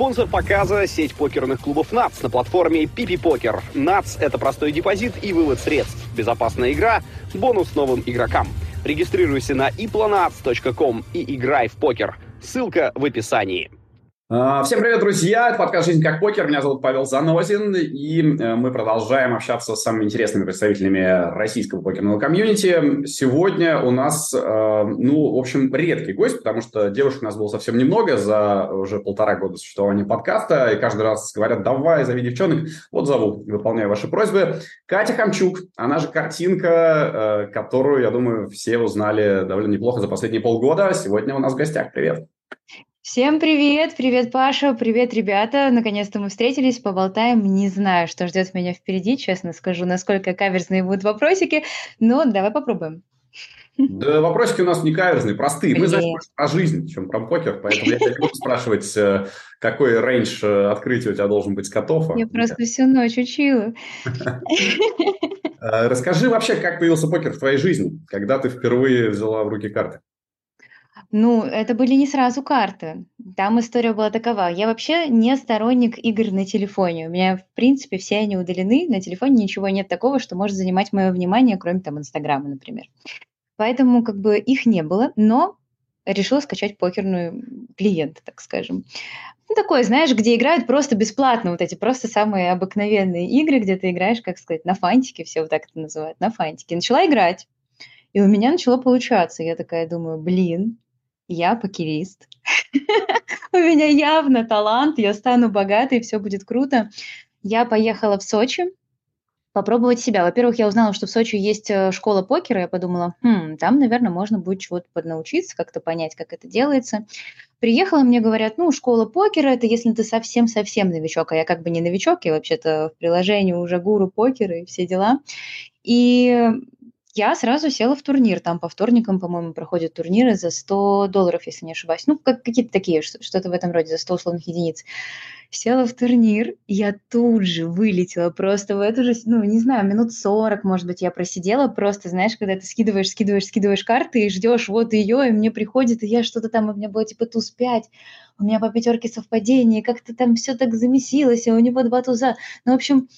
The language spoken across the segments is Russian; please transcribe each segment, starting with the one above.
Спонсор показа – сеть покерных клубов НАЦ на платформе PP Poker. НАЦ – это простой депозит и вывод средств, безопасная игра, бонус новым игрокам. Регистрируйся на iplanats.com и играй в покер. Ссылка в описании. Всем привет, друзья! Это подкаст «Жизнь как покер». Меня зовут Павел Занозин, и мы продолжаем общаться с самыми интересными представителями российского покерного комьюнити. Сегодня у нас, в общем, редкий гость, потому что девушек у нас было совсем немного за уже 1,5 года существования подкаста, и каждый раз говорят: давай, зови девчонок. Вот зову, выполняю ваши просьбы. Катя Хамчук, она же Картинка, которую, я думаю, все узнали довольно неплохо за последние полгода. Сегодня у нас в гостях. Привет! Всем привет! Привет, Паша! Привет, ребята! Наконец-то мы встретились, поболтаем. Не знаю, что ждет меня впереди, честно скажу, насколько каверзные будут вопросики, но давай попробуем. Да, вопросики у нас не каверзные, простые. Мы знаем больше про жизнь, чем про покер, поэтому я тебя не буду спрашивать, какой рейндж открытия у тебя должен быть с котов. Я просто всю ночь учила. Расскажи вообще, как появился покер в твоей жизни, когда ты впервые взяла в руки карты? Это были не сразу карты. Там история была такова. Я вообще не сторонник игр на телефоне. У меня, в принципе, все они удалены. На телефоне ничего нет такого, что может занимать мое внимание, кроме там Инстаграма, например. Поэтому их не было, но решила скачать покерную клиент, так скажем. Такое, знаешь, где играют просто бесплатно, вот эти просто самые обыкновенные игры, где ты играешь, как сказать, на фантике, все вот так это называют, на фантике. Начала играть, и у меня начало получаться. Я такая думаю, я покерист. У меня явно талант, я стану богатой, все будет круто. Я поехала в Сочи попробовать себя. Во-первых, я узнала, что в Сочи есть школа покера. Я подумала, там, наверное, можно будет чего-то поднаучиться, как-то понять, как это делается. Приехала, мне говорят, школа покера – это если ты совсем-совсем новичок. А я как бы не новичок, я вообще-то в приложении уже гуру покера и все дела. И я сразу села в турнир. Там по вторникам, по-моему, проходят турниры за $100, если не ошибаюсь. Какие-то такие, что-то в этом роде, за 100 условных единиц. Села в турнир, я тут же вылетела просто в эту же, не знаю, минут 40, может быть, я просидела просто, знаешь, когда ты скидываешь карты и ждешь вот ее, и мне приходит, и я что-то там, у меня было типа туз 5, у меня по 5 совпадений, как-то там все так замесилось, а у него 2 туза. В общем,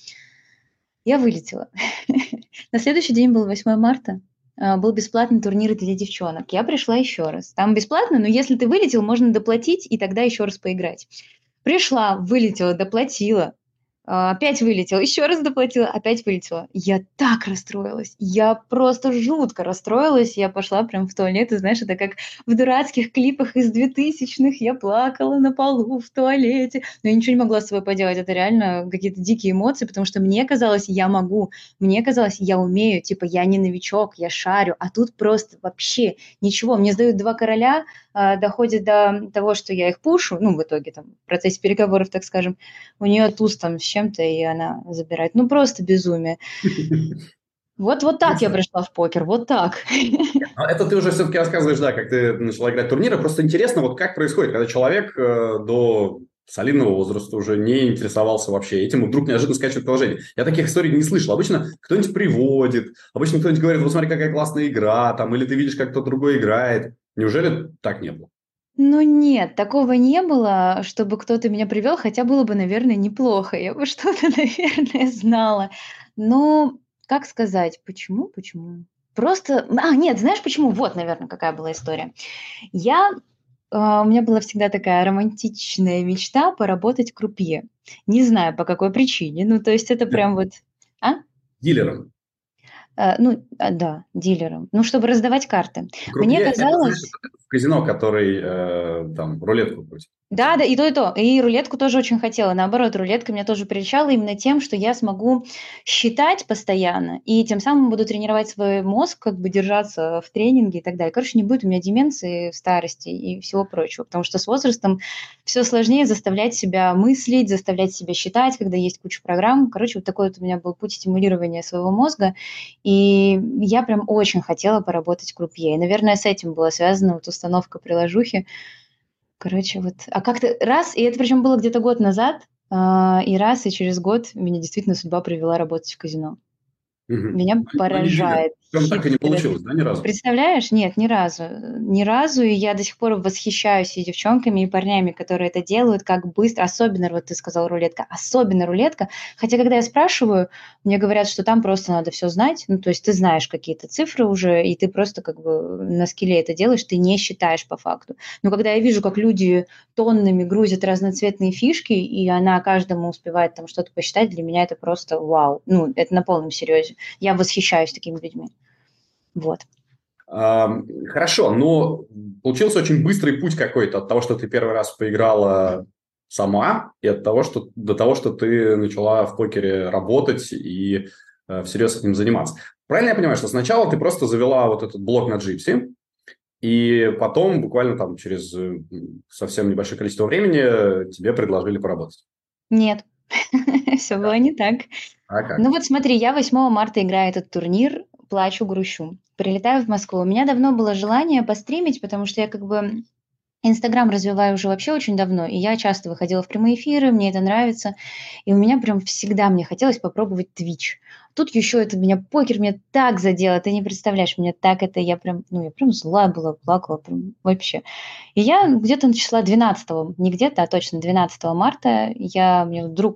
я вылетела. На следующий день был 8 марта, был бесплатный турнир для девчонок. Я пришла еще раз. Там бесплатно, но если ты вылетел, можно доплатить и тогда еще раз поиграть. Пришла, вылетела, доплатила, опять вылетела, еще раз доплатила, опять вылетела. Я так расстроилась, я просто жутко расстроилась. Я пошла прям в туалет, и знаешь, это как в дурацких клипах из 2000-х. Я плакала на полу в туалете, но я ничего не могла с собой поделать. Это реально какие-то дикие эмоции, потому что мне казалось, я могу, мне казалось, я умею, типа я не новичок, я шарю, а тут просто вообще ничего. Мне сдают 2 короля, доходит до того, что я их пушу, в итоге там в процессе переговоров, так скажем, у нее туз там с чем-то, и она забирает. Просто безумие. Вот так я пришла в покер, вот так. Это ты уже все-таки рассказываешь, да, как ты начала играть в турниры. Просто интересно, вот как происходит, когда человек до солидного возраста уже не интересовался вообще этим, и вдруг неожиданно скачивает приложение. Я таких историй не слышал. Обычно кто-нибудь приводит, обычно кто-нибудь говорит, вот смотри, какая классная игра, там, или ты видишь, как кто-то другой играет. Неужели так не было? Нет, такого не было, чтобы кто-то меня привел, хотя было бы, наверное, неплохо. Я бы что-то, наверное, знала. Но, как сказать, почему? Просто, нет, знаешь почему? Вот, наверное, какая была история. У меня была всегда такая романтичная мечта поработать крупье. Не знаю, по какой причине. То есть это прям вот... Дилером. Да, дилером. Чтобы раздавать карты. Крупье Мне казалось... это в казино, который там рулетку крутит. Да, и то, и то. И рулетку тоже очень хотела. Наоборот, рулетка меня тоже прельщала именно тем, что я смогу считать постоянно, и тем самым буду тренировать свой мозг, как бы держаться в тренинге и так далее. Короче, не будет у меня деменции в старости и всего прочего, потому что с возрастом все сложнее заставлять себя мыслить, заставлять себя считать, когда есть куча программ. Короче, вот такой вот у меня был путь стимулирования своего мозга, и я прям очень хотела поработать крупье. И, наверное, с этим была связана вот установка приложухи. Короче, как-то раз, и это причем было где-то год назад, и через год меня действительно судьба привела работать в казино. Меня поражает. Прям так и не хитрый. получилось, да, ни разу? Представляешь? Нет, ни разу. Ни разу, и я до сих пор восхищаюсь и девчонками, и парнями, которые это делают, как быстро. Особенно, вот ты сказал, рулетка. Особенно рулетка. Хотя, когда я спрашиваю, мне говорят, что там просто надо все знать. Ну, то есть ты знаешь какие-то цифры уже, и ты просто как бы на скилле это делаешь, ты не считаешь по факту. Но когда я вижу, как люди тоннами грузят разноцветные фишки, и она каждому успевает там что-то посчитать, для меня это просто вау. Ну, это на полном серьезе. Я восхищаюсь такими людьми. Вот. Хорошо, но получился очень быстрый путь какой-то от того, что ты первый раз поиграла сама, и от того, что до того, что ты начала в покере работать и всерьез этим заниматься. Правильно я понимаю, что сначала ты просто завела вот этот блог на Gypsy, и потом буквально там через совсем небольшое количество времени тебе предложили поработать? Нет, все было не так. А как? Ну вот смотри, я 8 марта играю этот турнир, плачу, грущу. Прилетаю в Москву. У меня давно было желание постримить, потому что я как бы Инстаграм развиваю уже вообще очень давно, и я часто выходила в прямые эфиры, мне это нравится. И у меня прям всегда мне хотелось попробовать Twitch. Тут еще это меня покер меня так задело, ты не представляешь, мне так это, я прям, ну, я прям злая была, плакала, прям вообще. И я где-то числа 12, не где-то, а точно 12 марта, мне друг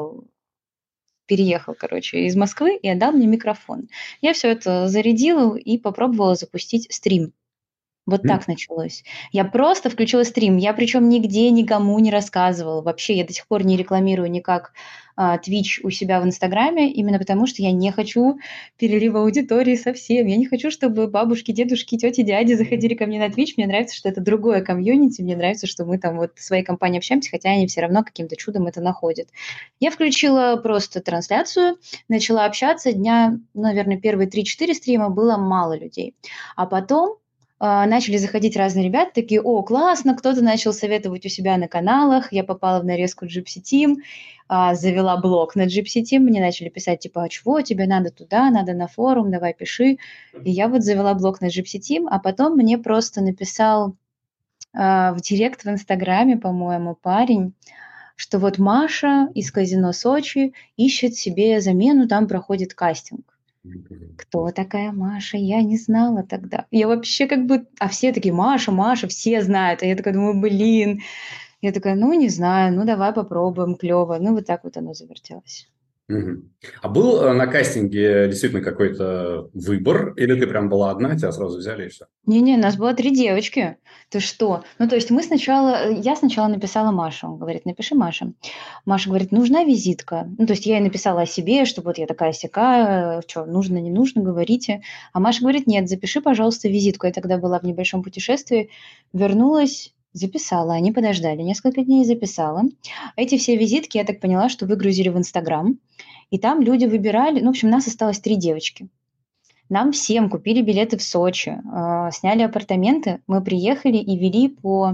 переехал, короче, из Москвы и отдал мне микрофон. Я все это зарядила и попробовала запустить стрим. Вот М, так началось. Я просто включила стрим. Я причем нигде никому не рассказывала. Вообще, я до сих пор не рекламирую никак Twitch у себя в Инстаграме, именно потому что я не хочу перелива аудитории совсем. Я не хочу, чтобы бабушки, дедушки, тети, дяди заходили ко мне на Twitch. Мне нравится, что это другое комьюнити. Мне нравится, что мы там вот в своей компании общаемся, хотя они все равно каким-то чудом это находят. Я включила просто трансляцию, начала общаться. Дня, наверное, первые 3-4 стрима было мало людей. А потом начали заходить разные ребята, такие: о, классно, кто-то начал советовать у себя на каналах, я попала в нарезку Gypsy Team, завела блог на Gypsy Team, мне начали писать, типа, а чего, тебе надо туда, надо на форум, давай пиши. И я вот завела блог на Gypsy Team, а потом мне просто написал в директ в Инстаграме, по-моему, парень, что вот Маша из казино Сочи ищет себе замену, там проходит кастинг. Кто такая Маша? Я не знала тогда. Я вообще как бы... А все такие: Маша, Маша, все знают. А я такая думаю, блин. Я такая, ну, не знаю, ну, давай попробуем, клево. Ну, вот так вот оно завертелось. Мгм. А был на кастинге действительно какой-то выбор, или ты прям была одна, тебя сразу взяли и все? Не-не, нас было 3 девочки. Ты что? Ну, то есть я сначала написала Маше. Он говорит: напиши Маше. Маша говорит: нужна визитка. Ну, то есть я ей написала о себе, что вот я такая-сякая, что нужно, не нужно, говорите. А Маша говорит: нет, запиши, пожалуйста, визитку. Я тогда была в небольшом путешествии, вернулась, записала. Они подождали несколько дней, записала. Эти все визитки, я так поняла, что выгрузили в Инстаграм, и там люди выбирали. Ну, в общем, нас осталось 3 девочки. Нам всем купили билеты в Сочи, сняли апартаменты. Мы приехали и вели по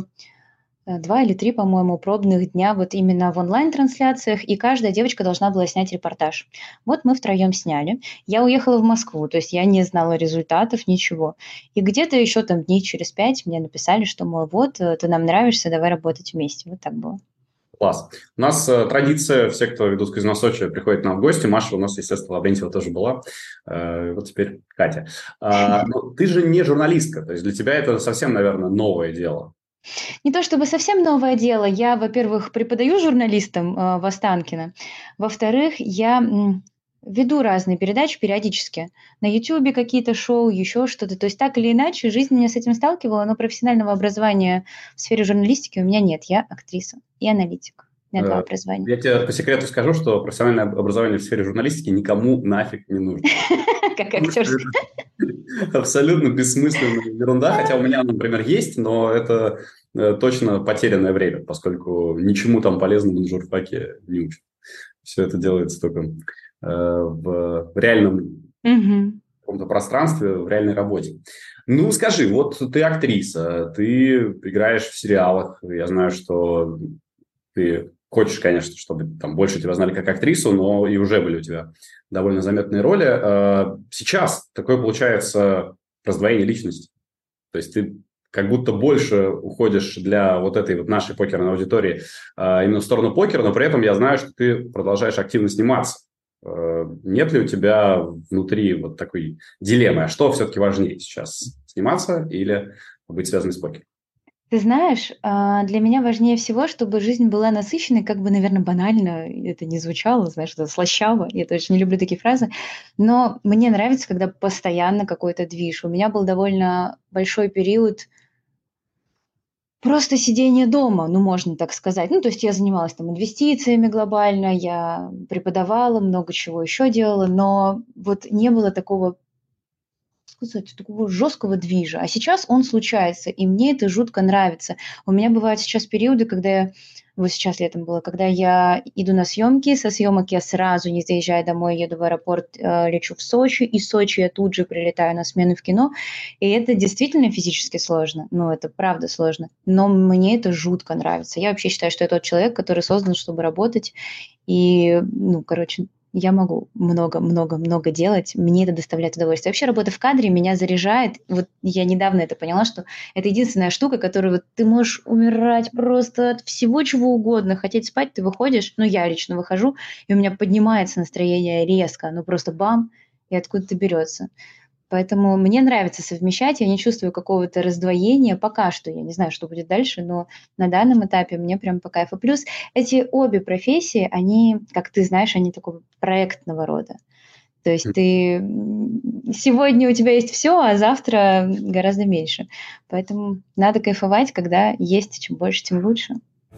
2 или 3, по-моему, пробных дня вот именно в онлайн-трансляциях, и каждая девочка должна была снять репортаж. Вот мы втроем сняли. Я уехала в Москву, то есть я не знала результатов, ничего. И где-то еще там дней через 5 мне написали, что, мол, вот, ты нам нравишься, давай работать вместе. Вот так было. Класс. У нас традиция, все, кто ведут в казино Сочи, приходят к нам в гости. Маша у нас, естественно, Лаврентьева тоже была. Вот теперь Катя. Но ты же не журналистка, то есть для тебя это совсем, наверное, новое дело. Не то чтобы совсем новое дело. Я, во-первых, преподаю журналистам в Останкино. Во-вторых, я веду разные передачи периодически. На Ютубе какие-то шоу, еще что-то. То есть так или иначе жизнь меня с этим сталкивала, но профессионального образования в сфере журналистики у меня нет. Я актриса и аналитик. У меня 2 образования. Я тебе по секрету скажу, что профессиональное образование в сфере журналистики никому нафиг не нужно. Как актерское. Абсолютно бессмысленная ерунда, хотя у меня, например, есть, но это точно потерянное время, поскольку ничему там полезному на журфаке не учат. Все это делается только в реальном каком-то пространстве, в реальной работе. Ну, скажи, вот ты актриса, ты играешь в сериалах, я знаю, что ты хочешь, конечно, чтобы там больше тебя знали как актрису, но и уже были у тебя довольно заметные роли. Сейчас такое получается раздвоение личности. То есть ты как будто больше уходишь для вот этой вот нашей покерной аудитории именно в сторону покера, но при этом я знаю, что ты продолжаешь активно сниматься Нет ли у тебя внутри вот такой дилеммы? А что все-таки важнее сейчас? Сниматься или быть связанным с покером? Ты знаешь, для меня важнее всего, чтобы жизнь была насыщенной, как бы, наверное, банально это не звучало, знаешь, это слащаво, я тоже не люблю такие фразы, но мне нравится, когда постоянно какой-то движ. У меня был довольно большой период просто сидения дома, ну, можно так сказать. Ну, то есть я занималась там инвестициями глобально, я преподавала, много чего еще делала, но вот не было такого сказать, такого жесткого движа. А сейчас он случается, и мне это жутко нравится. У меня бывают сейчас периоды, когда я, вот сейчас летом было, когда я иду на съемки, со съемок я сразу, не заезжая домой, еду в аэропорт, лечу в Сочи, и из Сочи я тут же прилетаю на смену в кино, и это действительно физически сложно, ну, это правда сложно, но мне это жутко нравится. Я вообще считаю, что я тот человек, который создан, чтобы работать, и, ну, короче, я могу много-много-много делать, мне это доставляет удовольствие. Вообще работа в кадре меня заряжает. Вот я недавно это поняла, что это единственная штука, которую вот ты можешь умирать просто от всего чего угодно, хотеть спать, ты выходишь, ну я лично выхожу, и у меня поднимается настроение резко, ну просто бам, и откуда-то берется. Поэтому мне нравится совмещать, я не чувствую какого-то раздвоения пока что. Я не знаю, что будет дальше, но на данном этапе мне прям по кайфу. Плюс эти обе профессии, они, как ты знаешь, они такого проектного рода. То есть ты сегодня у тебя есть все, а завтра гораздо меньше. Поэтому надо кайфовать, когда есть, чем больше, тем лучше.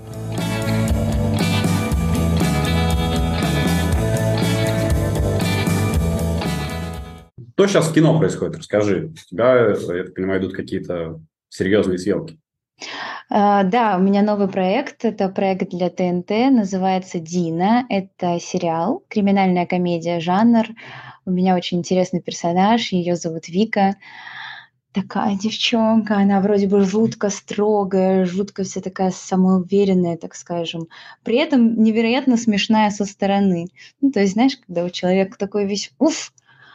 Что сейчас в кино происходит? Расскажи. У тебя, я так понимаю, идут какие-то серьезные съемки. Да, у меня новый проект. Это проект для ТНТ, называется «Дина». Это сериал, криминальная комедия, жанр. У меня очень интересный персонаж, ее зовут Вика. Такая девчонка, она вроде бы жутко строгая, жутко вся такая самоуверенная, так скажем. При этом невероятно смешная со стороны. Ну, то есть, знаешь, когда у человека такой весь уф,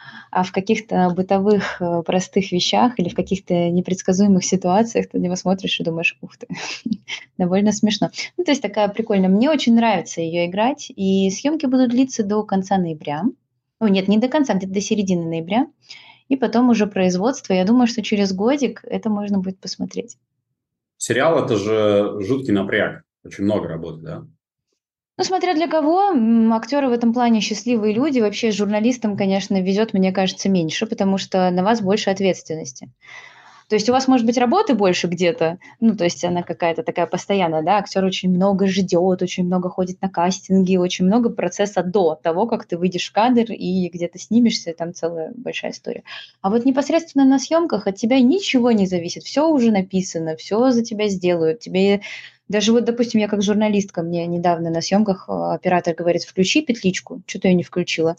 а в каких-то бытовых, простых вещах или в каких-то непредсказуемых ситуациях ты на него смотришь и думаешь: "Ух ты". Довольно смешно. Ну, то есть такая прикольная. Мне очень нравится ее играть, и съемки будут длиться до конца ноября. О, нет, не до конца, где-то до середины ноября. И потом уже производство. Я думаю, что через годик это можно будет посмотреть. Сериал – это же жуткий напряг. Очень много работы, да? Ну, смотря для кого, актеры в этом плане счастливые люди. Вообще журналистам, конечно, везет, мне кажется, меньше, потому что на вас больше ответственности. То есть у вас может быть работы больше где-то, ну, то есть она какая-то такая постоянная, да, актер очень много ждет, очень много ходит на кастинги, очень много процесса до того, как ты выйдешь в кадр и где-то снимешься, там целая большая история. А вот непосредственно на съемках от тебя ничего не зависит, все уже написано, все за тебя сделают, тебе даже вот, допустим, я как журналистка, мне недавно на съемках оператор говорит: "Включи петличку", что-то я не включила.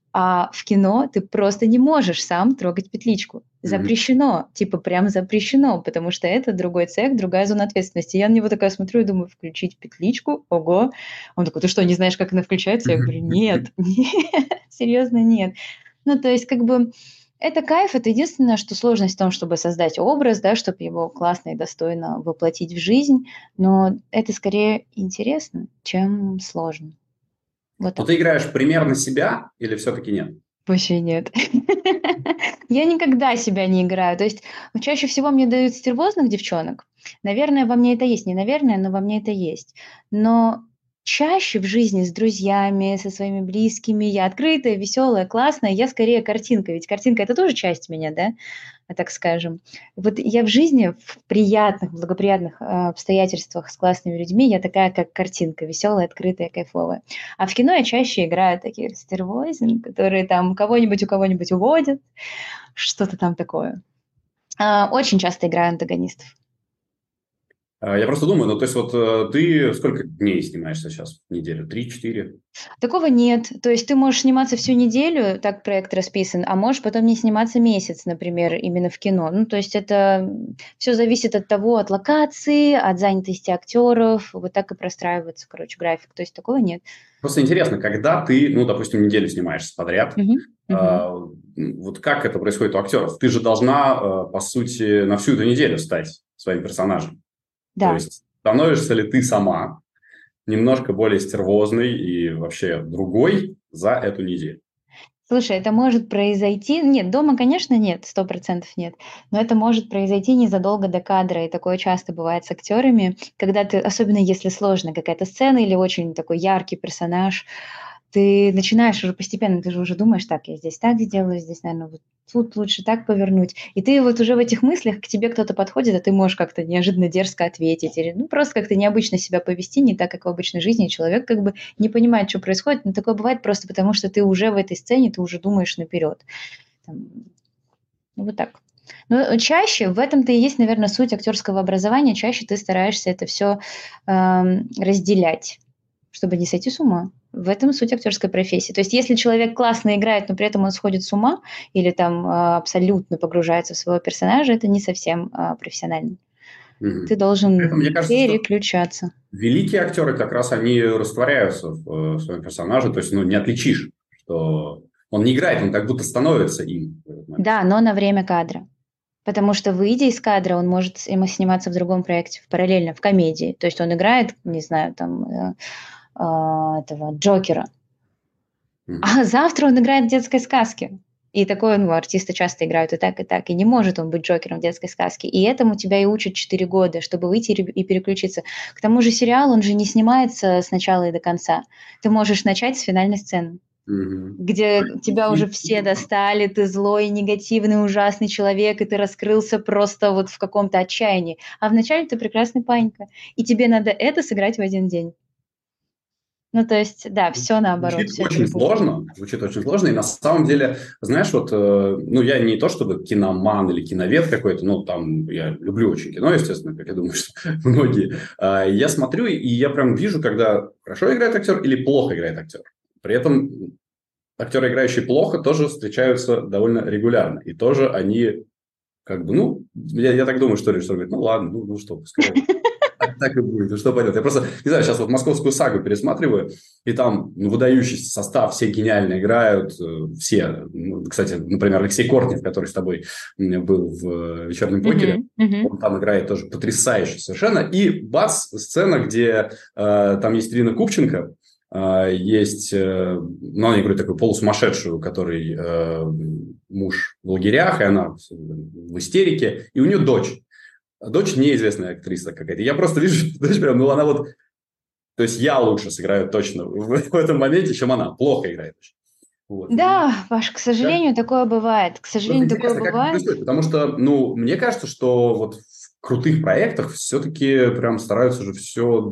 А в кино ты просто не можешь сам трогать петличку. Мгм. Запрещено, типа прям запрещено, потому что это другой цех, другая зона ответственности. Я на него такая смотрю и думаю: "Включить петличку? Ого!" Он такой: "Ты что, не знаешь, как она включается?" Я говорю: "Нет, нет, серьезно, нет". Ну, то есть как бы это кайф, это единственное, что сложность в том, чтобы создать образ, да, чтобы его классно и достойно воплотить в жизнь, но это скорее интересно, чем сложно. Вот Но так. ты играешь примерно себя или все-таки нет? Вообще нет. Я никогда себя не играю. То есть, чаще всего мне дают стервозных девчонок. Наверное, во мне это есть. Не наверное, но во мне это есть. Но чаще в жизни с друзьями, со своими близкими я открытая, веселая, классная. Я скорее картинка. Ведь картинка – это тоже часть меня, да, так скажем. Вот я в жизни в приятных, благоприятных, обстоятельствах с классными людьми я такая, как картинка, веселая, открытая, кайфовая. А в кино я чаще играю таких стервозин, которые там кого-нибудь у кого-нибудь уводят, что-то там такое. Очень часто играю антагонистов. Я просто думаю, ну, то есть вот ты сколько дней снимаешься сейчас в неделю? 3-4? Такого нет. То есть ты можешь сниматься всю неделю, так проект расписан, а можешь потом не сниматься месяц, например, именно в кино. Ну, то есть это все зависит от того, от локации, от занятости актеров. Вот так и простраивается, короче, график. То есть такого нет. Просто интересно, когда ты, ну, допустим, неделю снимаешься подряд, Мгм. Мгм. вот как это происходит у актеров? Ты же должна, по сути, на всю эту неделю стать своим персонажем. То Да. есть становишься ли ты сама немножко более стервозной и вообще другой, за эту неделю? Слушай, это может произойти... Нет, дома, конечно, нет, 100% нет. Но это может произойти незадолго до кадра. И такое часто бывает с актерами, когда ты, особенно если сложная какая-то сцена или очень такой яркий персонаж, ты начинаешь уже постепенно, ты же уже думаешь, так, я здесь так сделаю, здесь, наверное, вот тут лучше так повернуть. И ты вот уже в этих мыслях, к тебе кто-то подходит, а ты можешь как-то неожиданно дерзко ответить, или ну, просто как-то необычно себя повести, не так, как в обычной жизни. Человек как бы не понимает, что происходит, но такое бывает просто потому, что ты уже в этой сцене, ты уже думаешь наперед. Там, ну, вот так. Но чаще, в этом-то и есть, наверное, суть актерского образования, чаще ты стараешься это все разделять, чтобы не сойти с ума. В этом суть актерской профессии. То есть если человек классно играет, но при этом он сходит с ума или там абсолютно погружается в своего персонажа, это не совсем профессионально. Ты Это, должен мне кажется, что переключаться. великие актеры как раз они растворяются в своем персонаже, то есть, ну, не отличишь, что он не играет, он как будто становится им в этот момент. Да, но на время кадра. Потому что, выйдя из кадра, он может сниматься в другом проекте, параллельно, в комедии. То есть он играет, не знаю, там, этого Джокера. А завтра он играет в детской сказке. И такое, ну, артисты часто играют и так, и не может он быть Джокером в детской сказке. И этому тебя и учат 4 года, чтобы выйти и переключиться. К тому же сериал, он же не снимается с начала и до конца. Ты можешь начать с финальной сцены, где тебя уже все достали, ты злой, негативный, ужасный человек, и ты раскрылся просто вот в каком-то отчаянии. А вначале ты прекрасный панька, и тебе надо это сыграть в один день. Ну, то есть, да, все наоборот, Звучит все очень сложно, и на самом деле, знаешь, вот, ну, я не то чтобы киноман или киновед какой-то, ну, там, я люблю очень кино, естественно, как я думаю, что многие. Я смотрю, и я прям вижу, когда хорошо играет актер или плохо играет актер. При этом актеры, играющие плохо, тоже встречаются довольно регулярно, и тоже они, как бы, ну, я так думаю, что режиссер говорит, ну, ладно, ну что, пускай. Так и будет, что пойдет. Я просто, не знаю, сейчас вот «Московскую сагу» пересматриваю, и там ну, выдающийся состав, все гениально играют, все. Ну, кстати, например, Алексей Кортнев, который с тобой был в «Вечернем покере», он там играет тоже потрясающе совершенно. И бац, сцена, где там есть Ирина Купченко, есть, ну, она играет такую полусумасшедшую, который муж в лагерях, и она в истерике, и у нее дочь. Дочь неизвестная актриса какая-то. Я просто вижу, дочь прям, ну она вот... То есть я лучше сыграю точно в этом моменте, чем она. Плохо играет. Вот. Да, Паш, к сожалению, такое бывает. К сожалению, такое бывает. Потому что, ну, мне кажется, что вот в крутых проектах все-таки прям стараются же все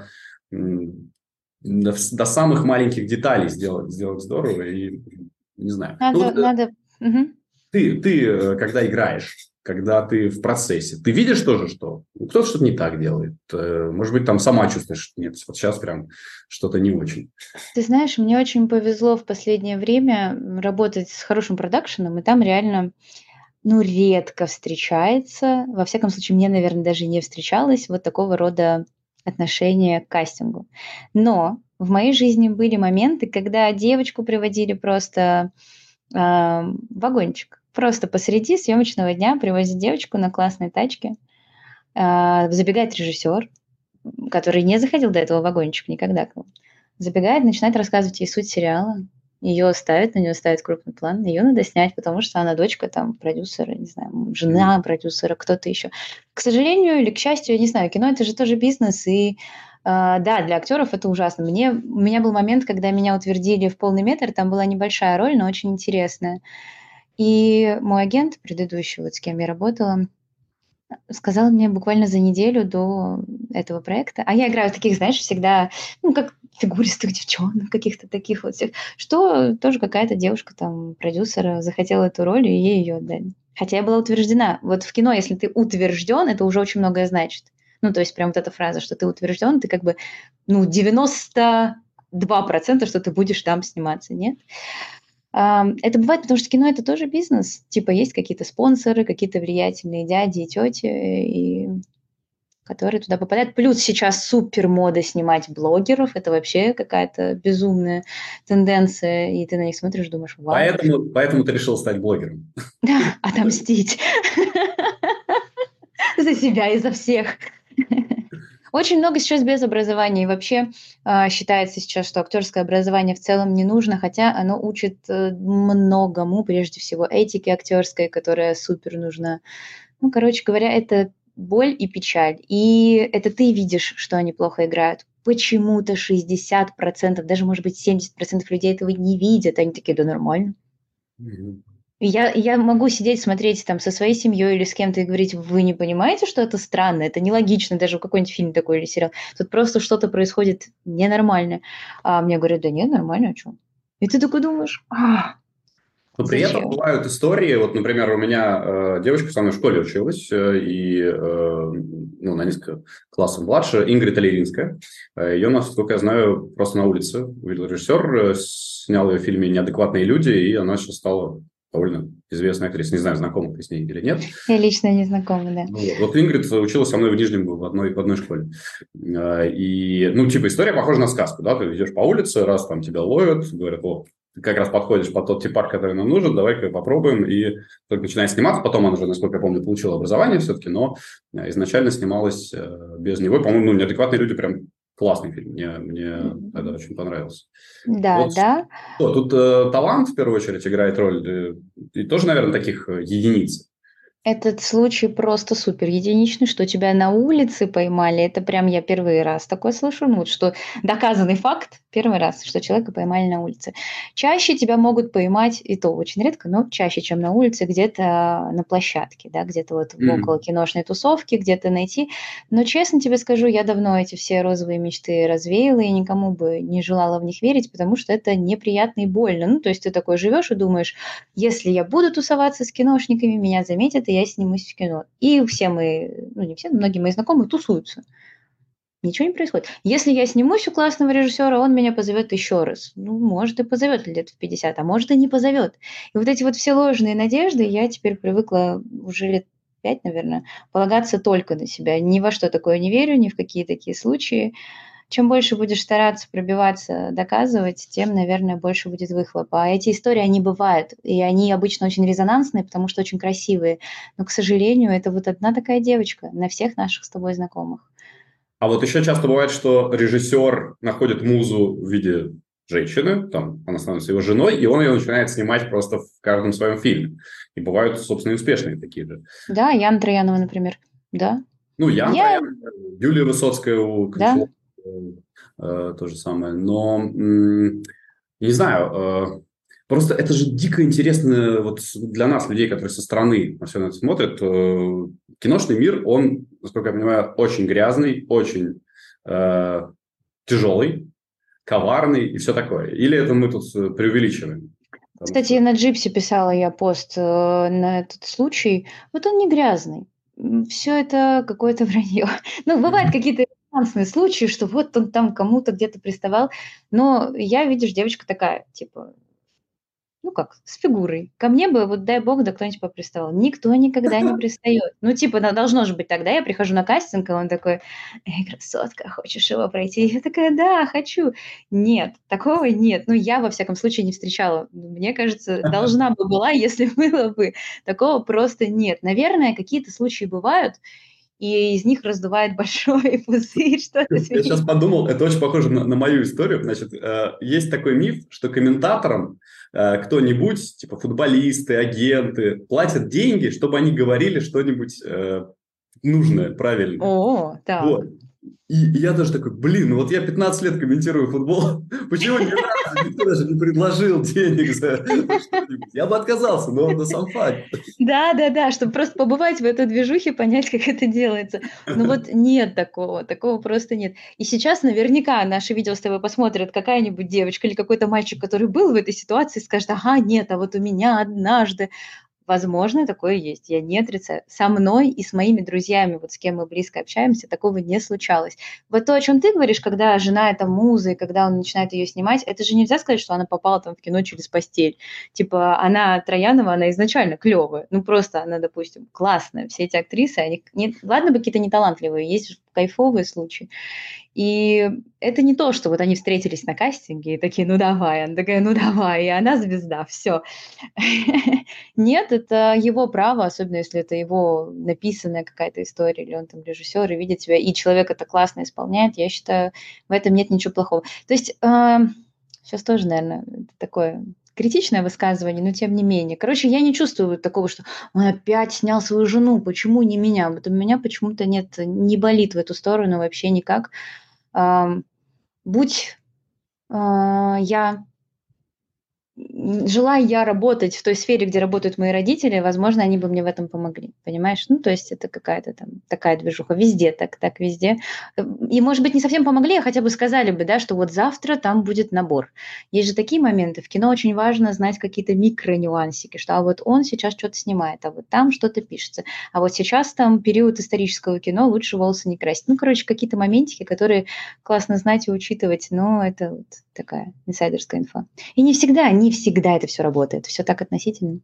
до самых маленьких деталей сделать здорово. И не знаю. Надо. Ты, когда играешь, когда ты в процессе, ты видишь тоже, что кто-то что-то не так делает. Может быть, там сама чувствуешь, что нет, вот сейчас прям что-то не очень. Ты знаешь, мне очень повезло в последнее время работать с хорошим продакшеном, и там реально, ну, редко встречается, во всяком случае, мне, наверное, даже не встречалось вот такого рода отношение к кастингу. Но в моей жизни были моменты, когда девочку приводили просто в вагончик. Просто посреди съемочного дня привозят девочку на классной тачке. Забегает режиссер, который не заходил до этого в вагончик никогда. Забегает, начинает рассказывать ей суть сериала. Ее ставят, на нее ставят крупный план. Ее надо снять, потому что она дочка там продюсера, не знаю, жена продюсера, кто-то еще. К сожалению или к счастью, я не знаю, кино это же тоже бизнес, и да, для актеров это ужасно. У меня был момент, когда меня утвердили в полный метр, там была небольшая роль, но очень интересная. И мой агент предыдущий, вот с кем я работала, сказал мне буквально за неделю до этого проекта, а я играю таких, знаешь, всегда, ну, как фигуристых девчонок, каких-то таких вот всех, что тоже какая-то девушка там, продюсера, захотела эту роль, и ей ее отдали. Хотя я была утверждена. Вот в кино, если ты утвержден, это уже очень многое значит. Ну, то есть прям вот эта фраза, что ты утвержден, ты как бы, ну, 92%, что ты будешь там сниматься, нет? Это бывает, потому что кино это тоже бизнес. Типа есть какие-то спонсоры, какие-то влиятельные дяди и тети, и которые туда попадают. Плюс сейчас супер мода снимать блогеров. Это вообще какая-то безумная тенденция. И ты на них смотришь, думаешь, вау. Поэтому ты решил стать блогером. Да, отомстить. За себя и за всех. Очень много сейчас без образования. И вообще считается сейчас, что актерское образование в целом не нужно, хотя оно учит многому, прежде всего этике актерской, которая супер нужна. Ну, короче говоря, это боль и печаль. И это ты видишь, что они плохо играют. Почему-то 60%, даже, может быть, 70% людей этого не видят. Они такие, да нормально. Я могу сидеть, смотреть там со своей семьей или с кем-то и говорить, вы не понимаете, что это странно, это нелогично, даже в какой-нибудь фильм такой или сериал. Тут просто что-то происходит ненормально. А мне говорят, да нет, нормально, а что? И ты такой думаешь, Но при этом зачем? бывают истории, вот, например, у меня девочка со мной в школе училась, на несколько классов младше, Ингрид Алиринская. Ее, насколько я знаю, просто на улице увидел режиссер, снял ее в фильме «Неадекватные люди», и она сейчас стала довольно известной актрисой. Не знаю, знакома ты с ней или нет. Я лично не знакома, да. Вот Ингрид училась со мной в Нижнем в одной школе. История похожа на сказку, да, ты идешь по улице, раз там тебя ловят, говорят, ты как раз подходишь под тот типаж, который нам нужен, давай-ка попробуем, и только начинает сниматься, потом она уже, насколько я помню, получила образование все-таки, но изначально снималась без него, по-моему, «Неадекватные люди» прям классный фильм, мне тогда очень понравился. Да, Вот да. тут талант в первую очередь играет роль, и тоже, наверное, таких единиц. Этот случай просто супер единичный, что тебя на улице поймали. Это прям я первый раз такое слышу. Ну, вот что доказанный факт, первый раз, что человека поймали на улице. Чаще тебя могут поймать, и то очень редко, но чаще, чем на улице, где-то на площадке, да, где-то вот около киношной тусовки, где-то найти. Но честно тебе скажу, я давно эти все розовые мечты развеяла, и никому бы не желала в них верить, потому что это неприятно и больно. Ну, то есть ты такой живешь и думаешь, если я буду тусоваться с киношниками, меня заметят, и я снимусь в кино. И все мы, ну не все, но многие мои знакомые тусуются. Ничего не происходит. Если я снимусь у классного режиссера, он меня позовет еще раз. Ну, может, и позовет лет в 50, а может, и не позовет. И вот эти вот все ложные надежды, я теперь привыкла уже лет 5, наверное, полагаться только на себя. Ни во что такое не верю, ни в какие такие случаи. Чем больше будешь стараться пробиваться, доказывать, тем, наверное, больше будет выхлопа. А эти истории, они бывают, и они обычно очень резонансные, потому что очень красивые. Но, к сожалению, это вот одна такая девочка на всех наших с тобой знакомых. А вот еще часто бывает, что режиссер находит музу в виде женщины, там, она становится его женой, и он ее начинает снимать просто в каждом своем фильме. И бывают, собственно, и успешные такие же. Да, Яна Троянова, например. Да. Ян Я... Троян, Юлия Высоцкая у Да. то же самое. Но, не знаю, просто это же дико интересно вот для нас, людей, которые со стороны на все это смотрят. Киношный мир, он, насколько я понимаю, очень грязный, очень тяжелый, коварный и все такое. Или это мы тут преувеличиваем? Кстати, на Джипсе писала я пост на этот случай. Вот он не грязный. Все это какое-то вранье. Ну, бывают какие-то резонансные случаи, что вот он там кому-то где-то приставал. Но я, видишь, девочка такая, типа, ну как, с фигурой. Ко мне бы, вот дай бог, да кто-нибудь поприставал. Никто никогда не пристает. Ну, типа, должно же быть тогда. Я прихожу на кастинг, и он такой, эй, красотка, хочешь его пройти? Я такая, да, хочу. Нет, такого нет. Ну, я, во всяком случае, не встречала. Мне кажется, должна бы была, если было бы. Такого просто нет. Наверное, какие-то случаи бывают, и из них раздувает большой пузырь, что-то Я сейчас подумал, это очень похоже на мою историю. Значит, есть такой миф, что комментаторам кто-нибудь, типа футболисты, агенты, платят деньги, чтобы они говорили что-нибудь нужное, правильное. О, так. Вот. И я тоже такой, ну вот я 15 лет комментирую футбол, почему ни разу никто даже не предложил денег за что-нибудь? Я бы отказался, но сам факт. Да, чтобы просто побывать в этой движухе, понять, как это делается. Но вот нет такого просто нет. И сейчас наверняка наши видео с тобой посмотрят какая-нибудь девочка или какой-то мальчик, который был в этой ситуации, и скажет, ага, нет, а вот у меня однажды. Возможно, такое есть, я не отрицаю. Со мной и с моими друзьями, вот с кем мы близко общаемся, такого не случалось. Вот то, о чем ты говоришь, когда жена это муза, и когда он начинает ее снимать, это же нельзя сказать, что она попала там в кино через постель. Типа она Троянова, она изначально клевая. Ну просто она, допустим, классная. Все эти актрисы, они, ладно бы какие-то неталантливые, есть кайфовый случай. И это не то, что вот они встретились на кастинге и такие, ну давай, она такая, ну давай, и она звезда, все. Нет, это его право, особенно если это его написанная какая-то история, или он там режиссер и видит тебя, и человек это классно исполняет, я считаю, в этом нет ничего плохого. То есть сейчас тоже, наверное, такое критичное высказывание, но тем не менее. Короче, я не чувствую вот такого, что он опять снял свою жену, почему не меня? Вот у меня почему-то нет, не болит в эту сторону вообще никак. Будь я желая я работать в той сфере, где работают мои родители, возможно, они бы мне в этом помогли, понимаешь? Ну, то есть это какая-то там такая движуха везде, так везде. И, может быть, не совсем помогли, а хотя бы сказали бы, да, что вот завтра там будет набор. Есть же такие моменты. В кино очень важно знать какие-то микронюансики, что а вот он сейчас что-то снимает, а вот там что-то пишется, а вот сейчас там период исторического кино, лучше волосы не красить. Ну, короче, какие-то моментики, которые классно знать и учитывать, но это вот такая инсайдерская инфа. И не всегда это все работает. Все так относительно.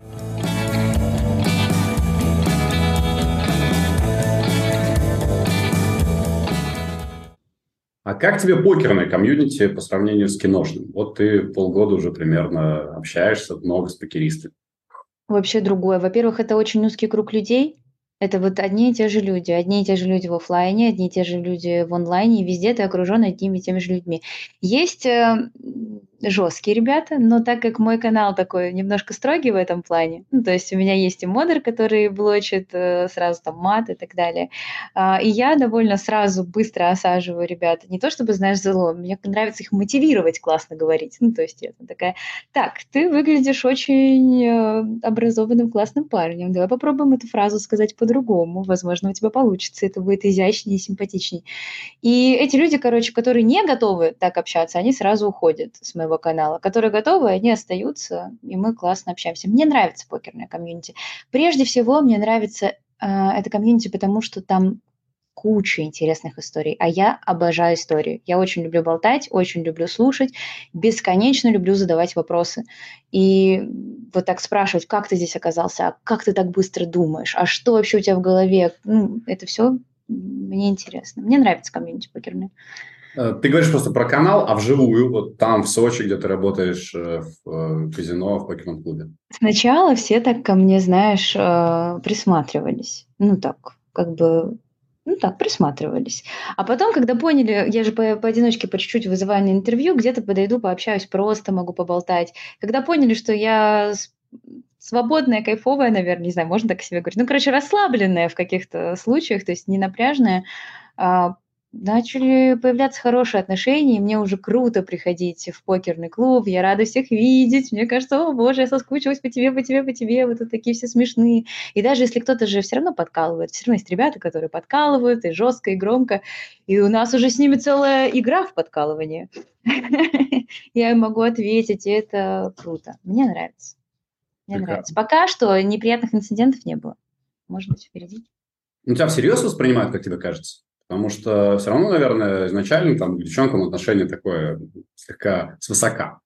А как тебе покерное комьюнити по сравнению с киношным? Вот ты полгода уже примерно общаешься, много с покеристами. Вообще другое. Во-первых, это очень узкий круг людей. Это вот одни и те же люди. Одни и те же люди в офлайне, одни и те же люди в онлайне. И везде ты окружен одними и теми же людьми. Есть жесткие ребята, но так как мой канал такой немножко строгий в этом плане, ну, то есть у меня есть и модер, который блочит сразу там мат и так далее, и я довольно сразу быстро осаживаю ребят. Не то чтобы, знаешь, зло, мне нравится их мотивировать классно говорить. Ну, то есть я такая, так, ты выглядишь очень образованным, классным парнем, давай попробуем эту фразу сказать по-другому, возможно, у тебя получится, это будет изящнее и симпатичнее. И эти люди, короче, которые не готовы так общаться, они сразу уходят с моего канала. Которые готовы, они остаются, и мы классно общаемся. Мне нравится покерное комьюнити. Прежде всего, мне нравится это комьюнити, потому что там куча интересных историй, а я обожаю истории. Я очень люблю болтать, очень люблю слушать, бесконечно люблю задавать вопросы. И вот так спрашивать, как ты здесь оказался, а как ты так быстро думаешь, а что вообще у тебя в голове? Ну, это все мне интересно. Мне нравится комьюнити покерное. Ты говоришь просто про канал, а вживую, вот там, в Сочи, где ты работаешь в казино, в покерном клубе? Сначала все так ко мне, знаешь, присматривались. Ну так, как бы, ну так, присматривались. А потом, когда поняли, я же поодиночке по чуть-чуть вызываю на интервью, где-то подойду, пообщаюсь, просто могу поболтать. Когда поняли, что я свободная, кайфовая, наверное, не знаю, можно так о себе говорить. Ну, короче, расслабленная в каких-то случаях, то есть не напряжная, начали появляться хорошие отношения, и мне уже круто приходить в покерный клуб, я рада всех видеть, мне кажется, о боже, я соскучилась по тебе, вы тут такие все смешные. И даже если кто-то же все равно подкалывает, все равно есть ребята, которые подкалывают, и жестко, и громко, и у нас уже с ними целая игра в подкалывание. Я им могу ответить, и это круто. Мне нравится. Мне нравится. Пока что неприятных инцидентов не было. Может быть, впереди. Ну, тебя всерьез воспринимают, как тебе кажется? Потому что все равно, наверное, изначально там к девчонкам отношение такое слегка свысока.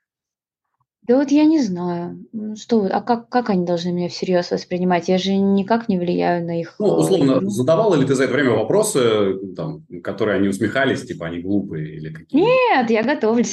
Да вот я не знаю, что, а как они должны меня всерьез воспринимать? Я же никак не влияю на их Ну, условно, игру. задавала ли ты за это время вопросы, там, которые они усмехались, типа, они глупые или какие? Нет, я готовлюсь.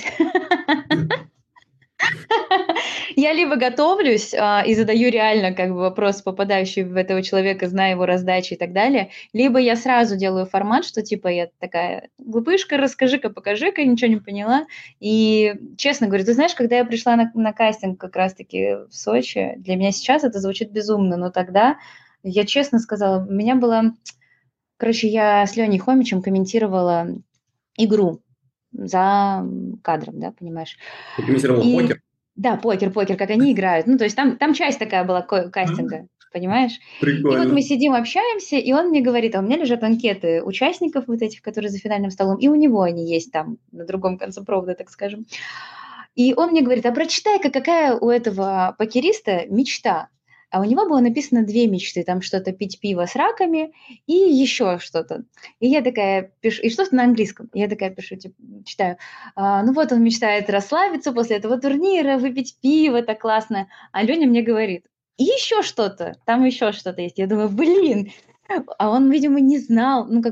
Я либо готовлюсь и задаю реально как бы вопрос, попадающий в этого человека, зная его раздачи и так далее, либо я сразу делаю формат, что типа я такая глупышка, расскажи-ка, покажи-ка, ничего не поняла. И честно говорю, ты знаешь, когда я пришла на кастинг как раз-таки в Сочи, для меня сейчас это звучит безумно, но тогда я честно сказала, у меня было... Короче, я с Леней Хомичем комментировала игру за кадром, да, понимаешь? Ты комментировала покер? Да, покер, как они играют. Ну, то есть там часть такая была кастинга, понимаешь? И вот мы Прикольно. сидим, общаемся, и он мне говорит, а у меня лежат анкеты участников вот этих, которые за финальным столом, и у него они есть там на другом конце провода, так скажем. И он мне говорит, а прочитай-ка, какая у этого покериста мечта. А у него было написано 2 мечты, там что-то пить пиво с раками и еще что-то. И я такая пишу, и что-то на английском. Я такая пишу, типа, читаю. Ну вот он мечтает расслабиться после этого турнира, выпить пиво, так классно. А Леня мне говорит, и там еще что-то есть. Я думаю, блин. А он, видимо, не знал, ну как бы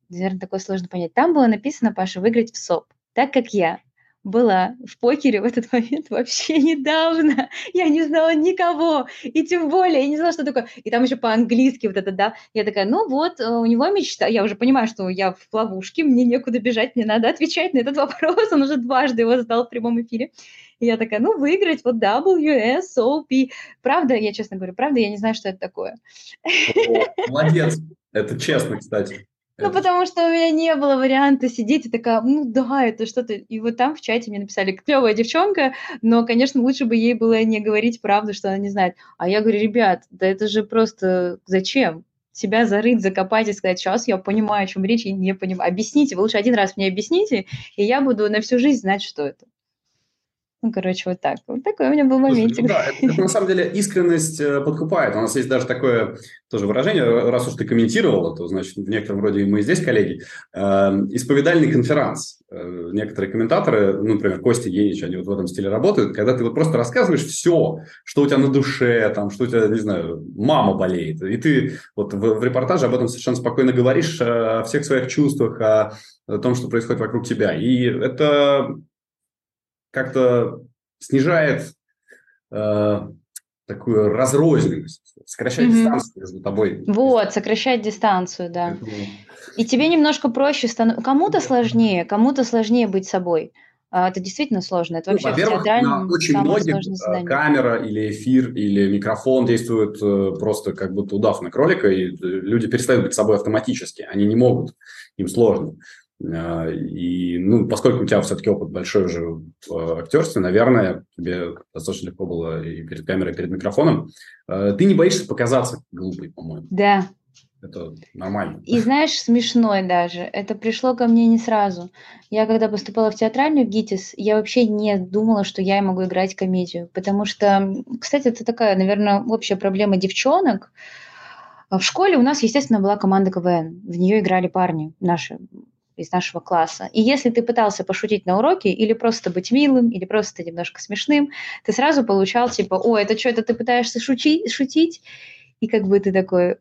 наверное, такое сложно понять. Там было написано, Паша, выиграть в СОП. Так как я была в покере в этот момент вообще недавно. Я не знала никого, и тем более я не знала, что такое. И там еще по-английски вот это, да. Я такая, ну вот, у него мечта. Я уже понимаю, что я в ловушке, мне некуда бежать, мне надо отвечать на этот вопрос. Он уже дважды его задал в прямом эфире. И я такая, ну, выиграть вот WSOP. Правда, я честно говорю, правда, я не знаю, что это такое. Молодец. Это честно, кстати. Ну, потому что у меня не было варианта сидеть и такая, ну да, это что-то. И вот там в чате мне написали, клевая девчонка, но, конечно, лучше бы ей было не говорить правду, что она не знает. А я говорю, ребят, да это же просто зачем? Себя зарыть, закопать и сказать, сейчас я понимаю, о чем речь, и не понимаю. Объясните, вы лучше один раз мне объясните, и я буду на всю жизнь знать, что это. Ну, короче, вот так. Вот такой у меня был Слушай, моментик. ну да, это на самом деле искренность подкупает. У нас есть даже такое тоже выражение, раз уж ты комментировала, то, значит, в некотором роде мы и здесь коллеги. Исповедальный конферанс. Некоторые комментаторы, ну, например, Костя Енич, они вот в этом стиле работают, когда ты вот просто рассказываешь все, что у тебя на душе, там, что у тебя, не знаю, мама болеет. И ты вот в репортаже об этом совершенно спокойно говоришь о всех своих чувствах, о том, что происходит вокруг тебя. И это как-то снижает такую разрозненность, сокращает дистанцию между тобой. Вот, сокращать дистанцию, да. Поэтому... И тебе немножко проще становится. Кому-то сложнее быть собой. Это действительно сложно. Это вообще в во-первых, на театральном очень самое многих сложное задание. камера или эфир или микрофон действуют просто как будто удав на кролика, и люди перестают быть собой автоматически. Они не могут, им сложно. И, ну, поскольку у тебя все-таки опыт большой уже в актерстве, наверное, тебе достаточно легко было и перед камерой, и перед микрофоном. Ты не боишься показаться глупой, по-моему. Да. Это нормально. И знаешь, смешной даже. Это пришло ко мне не сразу. Я когда поступала в театральную в ГИТИС, я вообще не думала, что я могу играть комедию. Потому что, кстати, это такая, наверное, общая проблема девчонок. В школе у нас, естественно, была команда КВН. В нее играли парни наши из нашего класса. И если ты пытался пошутить на уроке или просто быть милым, или просто немножко смешным, ты сразу получал типа, о, это что, это ты пытаешься шутить? И как бы ты такой...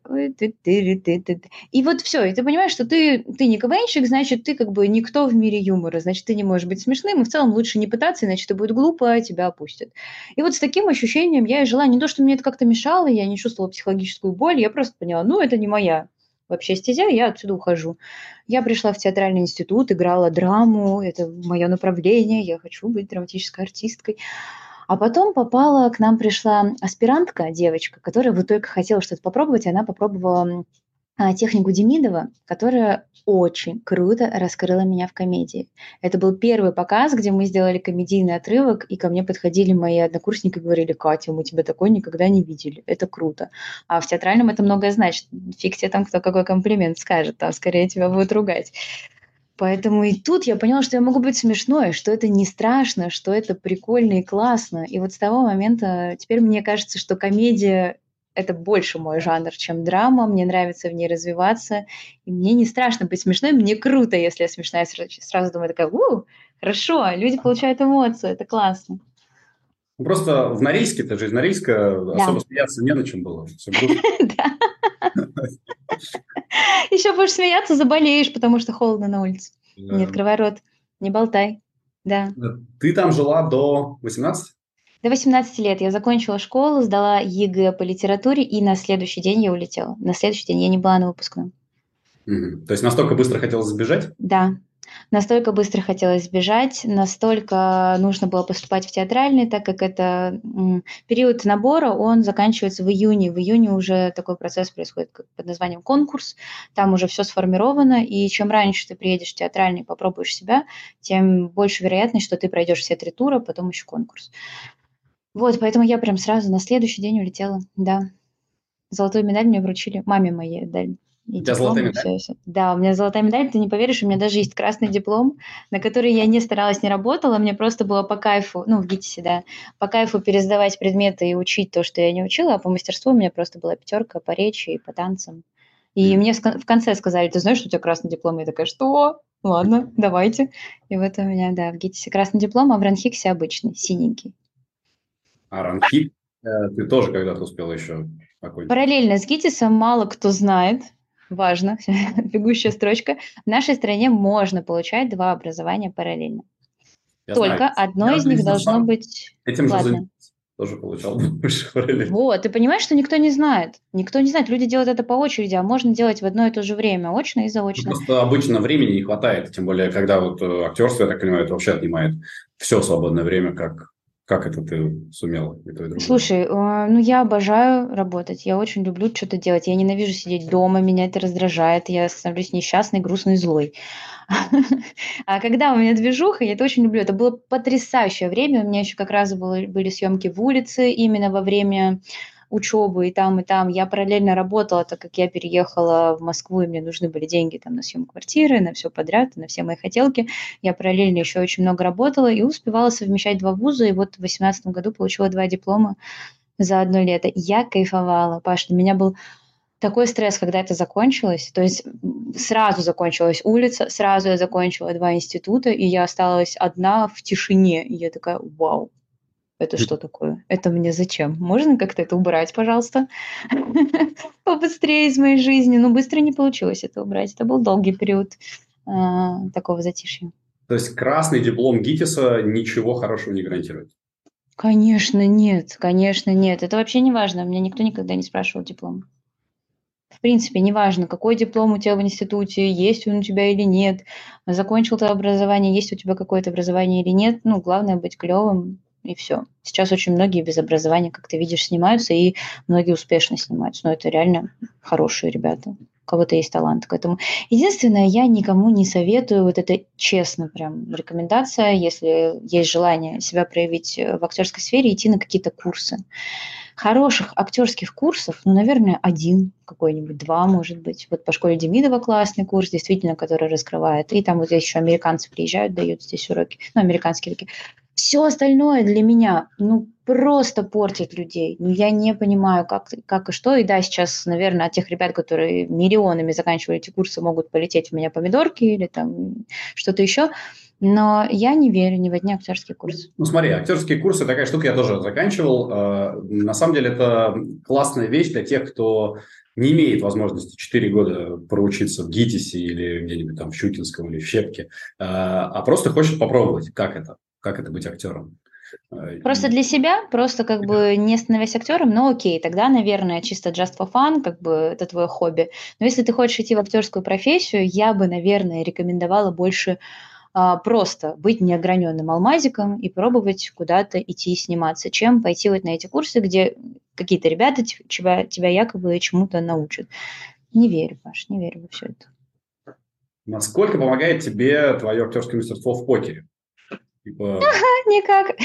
И вот все, и ты понимаешь, что ты не КВНщик, значит, ты как бы никто в мире юмора, значит, ты не можешь быть смешным, и в целом лучше не пытаться, иначе это будет глупо, тебя опустят. И вот с таким ощущением я и жила. Не то, что мне это как-то мешало, я не чувствовала психологическую боль, я просто поняла, ну, это не моя вообще стезя, я отсюда ухожу. Я пришла в театральный институт, играла драму, это мое направление, я хочу быть драматической артисткой. А потом к нам пришла аспирантка, девочка, которая вот только хотела что-то попробовать, и она попробовала технику Демидова, которая очень круто раскрыла меня в комедии. Это был первый показ, где мы сделали комедийный отрывок, и ко мне подходили мои однокурсники и говорили, Катя, мы тебя такой никогда не видели, это круто. А в театральном это многое значит. Фиг тебе там кто какой комплимент скажет, там скорее тебя будут ругать. Поэтому и тут я поняла, что я могу быть смешной, что это не страшно, что это прикольно и классно. И вот с того момента теперь мне кажется, что комедия – это больше мой жанр, чем драма. Мне нравится в ней развиваться. И мне не страшно быть смешной, мне круто, если я смешная. Я сразу думаю такая, хорошо, люди получают эмоции, это классно. Просто в Норильске, ты же из Норильска, особо смеяться не на чем было. Да. Еще будешь смеяться, заболеешь, потому что холодно на улице. Не открывай рот, не болтай. Да. Ты там жила до 18? До 18 лет я закончила школу, сдала ЕГЭ по литературе, и на следующий день я улетела. На следующий день я не была на выпускном. То есть настолько быстро хотелось сбежать? Да. Настолько быстро хотелось сбежать, настолько нужно было поступать в театральный, так как это период набора, он заканчивается в июне. В июне уже такой процесс происходит под названием конкурс. Там уже все сформировано, и чем раньше ты приедешь в театральный, попробуешь себя, тем больше вероятность, что ты пройдешь все 3 тура, потом еще конкурс. Вот, поэтому я прям сразу на следующий день улетела, да. Золотую медаль мне вручили, маме моей дали. У тебя золотая медаль? Все. Да, у меня золотая медаль, ты не поверишь, у меня даже есть красный диплом, на который я не старалась, не работала, мне просто было по кайфу, ну, в ГИТИСе, да, по кайфу пересдавать предметы и учить то, что я не учила, а по мастерству у меня просто была 5 по речи и по танцам. И мне в конце сказали, ты знаешь, что у тебя красный диплом? Я такая, что? Ладно, давайте. И вот у меня, да, в ГИТИСе красный диплом, а в РАНХИКСе обычный, синенький. А РАНХИК ты тоже когда-то успела еще окончить? Параллельно с ГИТИСом мало кто знает, важно, бегущая строчка. В нашей стране можно получать 2 образования параллельно. Я знаю. Только одно Я из них лично должно сам быть этим же платное. тоже получал больше параллельно. Вот, ты понимаешь, что никто не знает. Никто не знает. Люди делают это по очереди, а можно делать в одно и то же время, очно и заочно. Просто обычно времени не хватает, тем более, когда вот актерство, я так понимаю, это вообще отнимает все свободное время, как это ты сумела и то, и другое. Слушай, ну я обожаю работать, я очень люблю что-то делать. Я ненавижу сидеть дома, меня это раздражает, я становлюсь несчастной, грустной, злой. А когда у меня движуха, я это очень люблю. Это было потрясающее время. У меня еще как раз были съемки в улице именно во время учебы и там, и там. Я параллельно работала, так как я переехала в Москву, и мне нужны были деньги там на съем квартиры, на все подряд, на все мои хотелки. Я параллельно еще очень много работала и успевала совмещать 2 вуза. И вот в 2018 году получила 2 диплома за одно лето. Я кайфовала, Паш. Для меня был такой стресс, когда это закончилось. То есть сразу закончилась улица, сразу я закончила 2 института, и я осталась одна в тишине. И я такая: вау, это что такое? Это мне зачем? Можно как-то это убрать, пожалуйста? Побыстрее из моей жизни. Но быстро не получилось это убрать. Это был долгий период такого затишья. То есть красный диплом ГИТИСа ничего хорошего не гарантирует? Конечно, нет. Конечно, нет. Это вообще не важно. Меня никто никогда не спрашивал диплом. В принципе, неважно, какой диплом у тебя в институте, есть он у тебя или нет, закончил ты образование, есть у тебя какое-то образование или нет. Ну, главное быть клевым, и все. Сейчас очень многие без образования, как ты видишь, снимаются, и многие успешно снимаются. Но это реально хорошие ребята. У кого-то есть талант к этому. Единственное, я никому не советую, вот это честно прям рекомендация, если есть желание себя проявить в актерской сфере, идти на какие-то курсы. Хороших актерских курсов, ну, наверное, 1 какой-нибудь, 2, может быть. Вот по школе Демидова классный курс, действительно, который раскрывает. И там вот здесь еще американцы приезжают, дают здесь уроки, ну, американские уроки. Все остальное для меня, ну, просто портит людей. Ну, я не понимаю, как и что. И да, сейчас, наверное, от тех ребят, которые миллионами заканчивали эти курсы, могут полететь у меня помидорки или там что-то еще. Но я не верю ни в одни актерские курсы. Ну, смотри, актерские курсы, такая штука, я тоже заканчивал. На самом деле, это классная вещь для тех, кто не имеет возможности 4 года проучиться в ГИТИСе или где-нибудь там в Щукинском или в Щепке, а просто хочет попробовать, как это быть актером. Просто для себя, просто как бы не становясь актером, но окей, тогда, наверное, чисто just for fun, как бы это твое хобби. Но если ты хочешь идти в актерскую профессию, я бы, наверное, рекомендовала больше просто быть неограненным алмазиком и пробовать куда-то идти сниматься, чем пойти вот на эти курсы, где какие-то ребята тебя якобы чему-то научат. Не верю, Паш, не верю во все это. Насколько помогает тебе твое актерское мастерство в покере? Типа... Никак.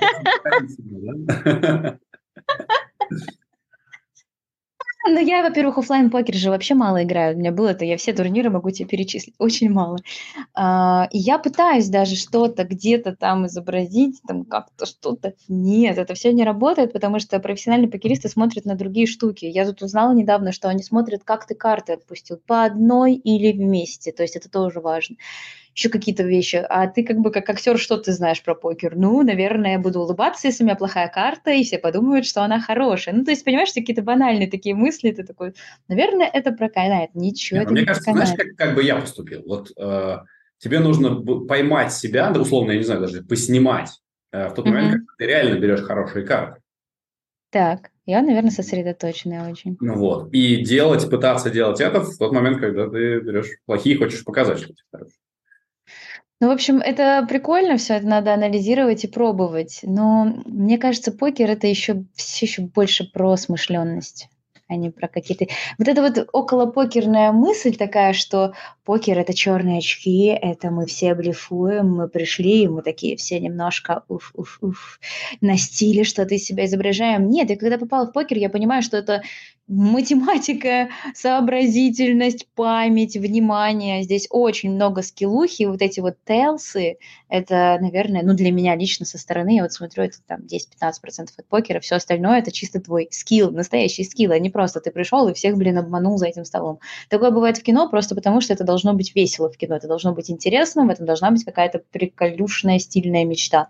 Ну, я, во-первых, оффлайн покер же вообще мало играю. У меня было это, я все турниры могу тебе перечислить, очень мало. И я пытаюсь даже что-то где-то там изобразить, там как-то что-то. Нет, это все не работает, потому что профессиональные покеристы смотрят на другие штуки. Я тут узнала недавно, что они смотрят, как ты карты отпустил, по одной или вместе. То есть это тоже важно. Еще какие-то вещи. А ты как бы как актер, что ты знаешь про покер? Ну, наверное, я буду улыбаться, если у меня плохая карта, и все подумают, что она хорошая. Ну, то есть, понимаешь, какие-то банальные такие мысли, ты такой, наверное, это проканает. Ничего это Мне не кажется, проканает. знаешь, как бы я поступил? Вот тебе нужно поймать себя, да, условно, я не знаю, даже поснимать в тот момент, когда ты реально берешь хорошие карты. Так, я, наверное, сосредоточенная очень. Ну вот. И пытаться делать это в тот момент, когда ты берешь плохие и хочешь показать, что ты хороший. Ну, в общем, это прикольно, все это надо анализировать и пробовать. Но мне кажется, покер это еще больше про смышленность, а не про какие-то. Вот эта вот околопокерная мысль такая, что покер это черные очки, это мы все блефуем, мы пришли, и мы такие все немножко на стиле что-то из себя изображаем. Нет, я когда попала в покер, я понимаю, что это математика, сообразительность, память, внимание. Здесь очень много скиллухи. Вот эти вот тейлсы, это, наверное, ну, для меня лично со стороны, я вот смотрю, это там 10-15% от покера, все остальное это чисто твой скилл, настоящий скилл, а не просто ты пришел и всех, обманул за этим столом. Такое бывает в кино просто потому, что это должно быть весело в кино, это должно быть интересно, в этом должна быть какая-то приколюшная, стильная мечта.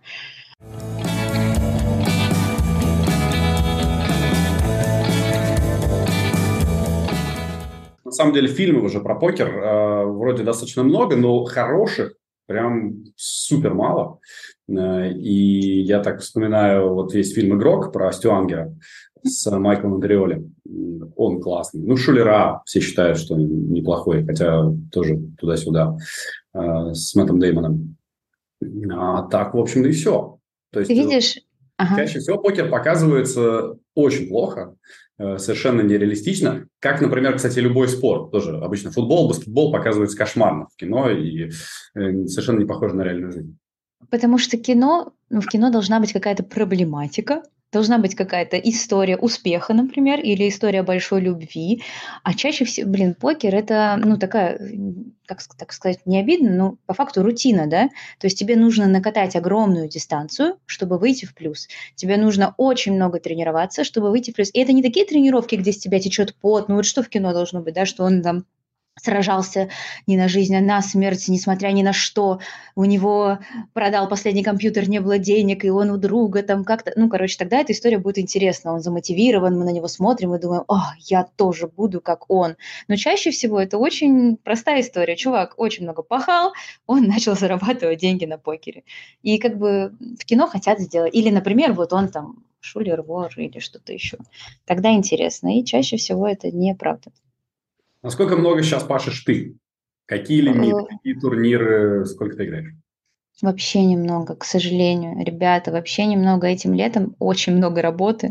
самом деле фильмов уже про покер вроде достаточно много, но хороших прям супер мало. И я так вспоминаю, вот есть фильм «Игрок» про Стюангера с Майклом Андреоли. Он классный. Ну, «Шулера» все считают, что неплохой, хотя тоже туда-сюда, с Мэттом Деймоном. А так, в общем-то, и все. То есть, Ты видишь? Ага. чаще всего покер показывается очень плохо, совершенно нереалистично. Как, например, кстати, любой спорт. Тоже обычно футбол, баскетбол показывается кошмарно в кино и совершенно не похоже на реальную жизнь. Потому что кино, в кино должна быть какая-то проблематика, должна быть какая-то история успеха, например, или история большой любви. А чаще всего, покер это, такая, так сказать, не обидно, но по факту рутина, да? То есть тебе нужно накатать огромную дистанцию, чтобы выйти в плюс. Тебе нужно очень много тренироваться, чтобы выйти в плюс. И это не такие тренировки, где с тебя течет пот, ну вот что в кино должно быть, да, что он там сражался не на жизнь, а на смерть, несмотря ни на что. У него продал последний компьютер, не было денег, и он у друга там как-то... тогда эта история будет интересна. Он замотивирован, мы на него смотрим и думаем, я тоже буду как он. Но чаще всего это очень простая история. Чувак очень много пахал, он начал зарабатывать деньги на покере. И как бы в кино хотят сделать. Или, например, вот он там шулер, вор или что-то еще. Тогда интересно. И чаще всего это неправда. Насколько много сейчас пашешь ты? Какие лимиты, какие турниры, сколько ты играешь? Вообще немного, к сожалению. Ребята, вообще немного. Этим летом очень много работы.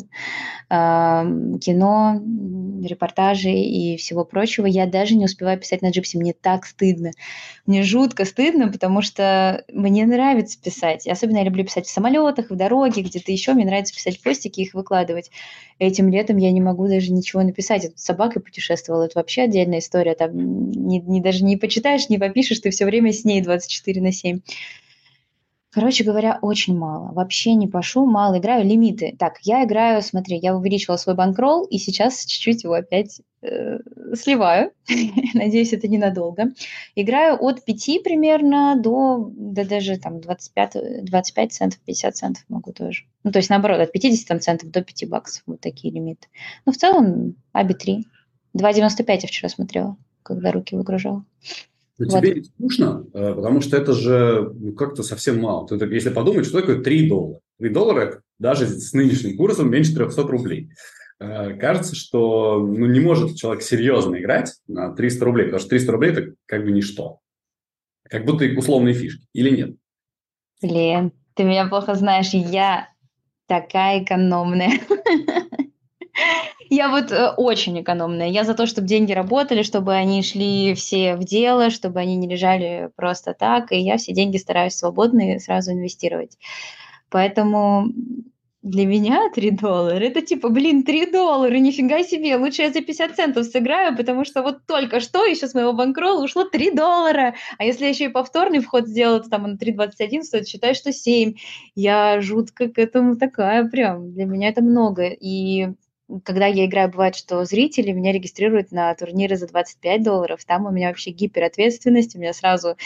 Кино, репортажи и всего прочего. Я даже не успеваю писать на Джипси. Мне так стыдно. Мне жутко стыдно, потому что мне нравится писать. Особенно я люблю писать в самолетах, в дороге, где-то еще. Мне нравится писать постики и их выкладывать. Этим летом я не могу даже ничего написать. Я тут с собакой путешествовала. Это вообще отдельная история. Там даже не почитаешь, не попишешь. Ты все время с ней 24/7. Короче говоря, очень мало. Вообще не пашу, мало играю. Лимиты. Так, я играю, смотри, я увеличила свой банкролл, и сейчас чуть-чуть его опять сливаю. Надеюсь, это ненадолго. Играю от 5 примерно до даже там 25 центов, 50 центов могу тоже. Ну, то есть наоборот, от 50 центов до $5. Вот такие лимиты. Но в целом AB3. 2,95 я вчера смотрела, когда руки выгружала. Но Вот. тебе не скучно, потому что это же как-то совсем мало. Ты, если подумать, что такое $3? $3 это даже с нынешним курсом меньше 300 рублей. Кажется, что не может человек серьезно играть на 300 рублей, потому что 300 рублей – это как бы ничто. Как будто условные фишки. Или нет? Лен, ты меня плохо знаешь, я такая экономная. Я вот очень экономная. Я за то, чтобы деньги работали, чтобы они шли все в дело, чтобы они не лежали просто так. И я все деньги стараюсь свободно и сразу инвестировать. Поэтому для меня $3 это типа, $3, нифига себе. Лучше я за 50 центов сыграю, потому что вот только что еще с моего банкролла ушло $3. А если я еще и повторный вход сделала, то там он 3,21 стоит, считай, что 7. Я жутко к этому такая прям. Для меня это много. И когда я играю, бывает, что зрители меня регистрируют на турниры за $25. Там у меня вообще гиперответственность, у меня сразу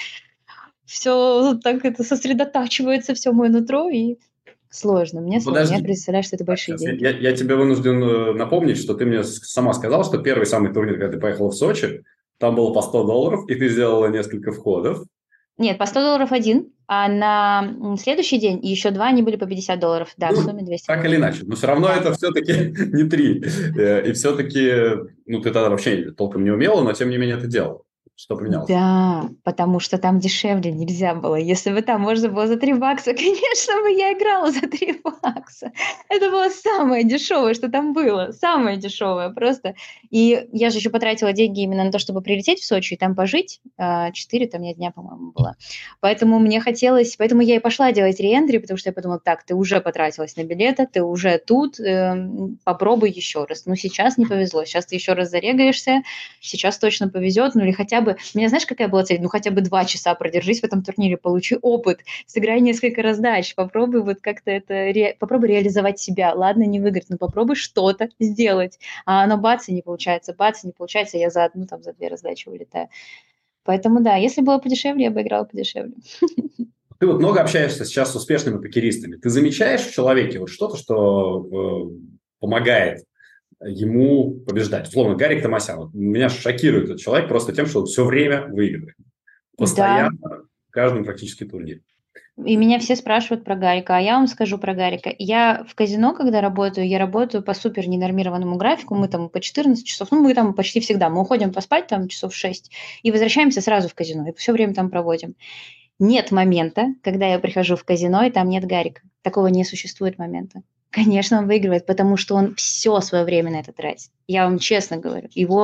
все так это сосредотачивается, все мое нутро, и сложно. Мне сложно. Подожди. Я представляю, что это большие деньги. Я тебе вынужден напомнить, что ты мне сама сказала, что первый самый турнир, когда ты поехала в Сочи, там было по $100, и ты сделала несколько входов. Нет, по $100 один, а на следующий день еще два, они были по $50. Да, в сумме 200. Так или иначе. Но все равно это все-таки не 3. И все-таки, ты тогда вообще толком не умела, но тем не менее это делала. Что поменялось? Да, потому что там дешевле нельзя было. Если бы там можно было за $3, конечно бы я играла за $3. Это было самое дешевое, что там было. Самое дешевое просто. И я же еще потратила деньги именно на то, чтобы прилететь в Сочи и там пожить. 4 там я дня, по-моему, была. Поэтому мне хотелось... Поэтому я и пошла делать реэнтри, потому что я подумала, так, ты уже потратилась на билеты, ты уже тут, попробуй еще раз. Ну, сейчас не повезло. Сейчас ты еще раз зарегаешься, сейчас точно повезет. Ну, или хотя бы... У меня, знаешь, какая была цель? Ну, хотя бы 2 часа продержись в этом турнире, получи опыт, сыграй несколько раздач, попробуй вот как-то это... Попробуй реализовать себя. Ладно, не выиграть, но попробуй что-то сделать. А оно бац, и не получается, я за 2 раздачи вылетаю. Поэтому да, если было подешевле, я бы играла подешевле. Ты вот много общаешься сейчас с успешными покеристами. Ты замечаешь в человеке вот что-то, что помогает ему побеждать. Условно, Гарик Томасян. Вот меня шокирует этот человек просто тем, что он все время выигрывает. Да, Постоянно, в каждом практически турнире. и меня все спрашивают про Гарика, а я вам скажу про Гарика. Я в казино, когда работаю, я работаю по супер ненормированному графику, мы там по 14 часов, ну, мы там почти всегда, мы уходим поспать там часов 6 и возвращаемся сразу в казино, и все время там проводим. Нет момента, когда я прихожу в казино, и там нет Гарика. Такого не существует момента. Конечно, он выигрывает, потому что он все свое время на это тратит. Я вам честно говорю.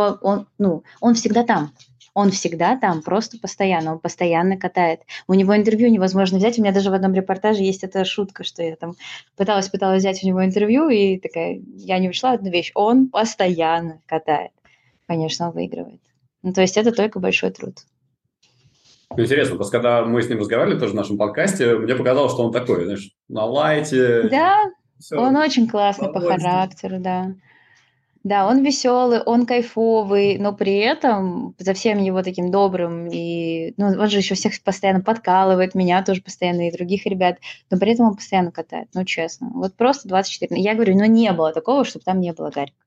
Он всегда там. Он всегда там, просто постоянно. Он постоянно катает. У него интервью невозможно взять. У меня даже в одном репортаже есть эта шутка, что я там пыталась взять у него интервью, и такая, я не ушла одну вещь. Он постоянно катает. Конечно, он выигрывает. Ну, то есть это только большой труд. Ну, интересно, просто когда мы с ним разговаривали тоже в нашем подкасте, мне показалось, что он такой, знаешь, на лайте. Да, Все, он очень классный по характеру, да. Да, он веселый, он кайфовый, но при этом за всем его таким добрым, и ну, он же еще всех постоянно подкалывает, меня тоже постоянно, и других ребят, но при этом он постоянно катает, ну честно. Вот просто 24. Я говорю, ну не было такого, чтобы там не было Гарика.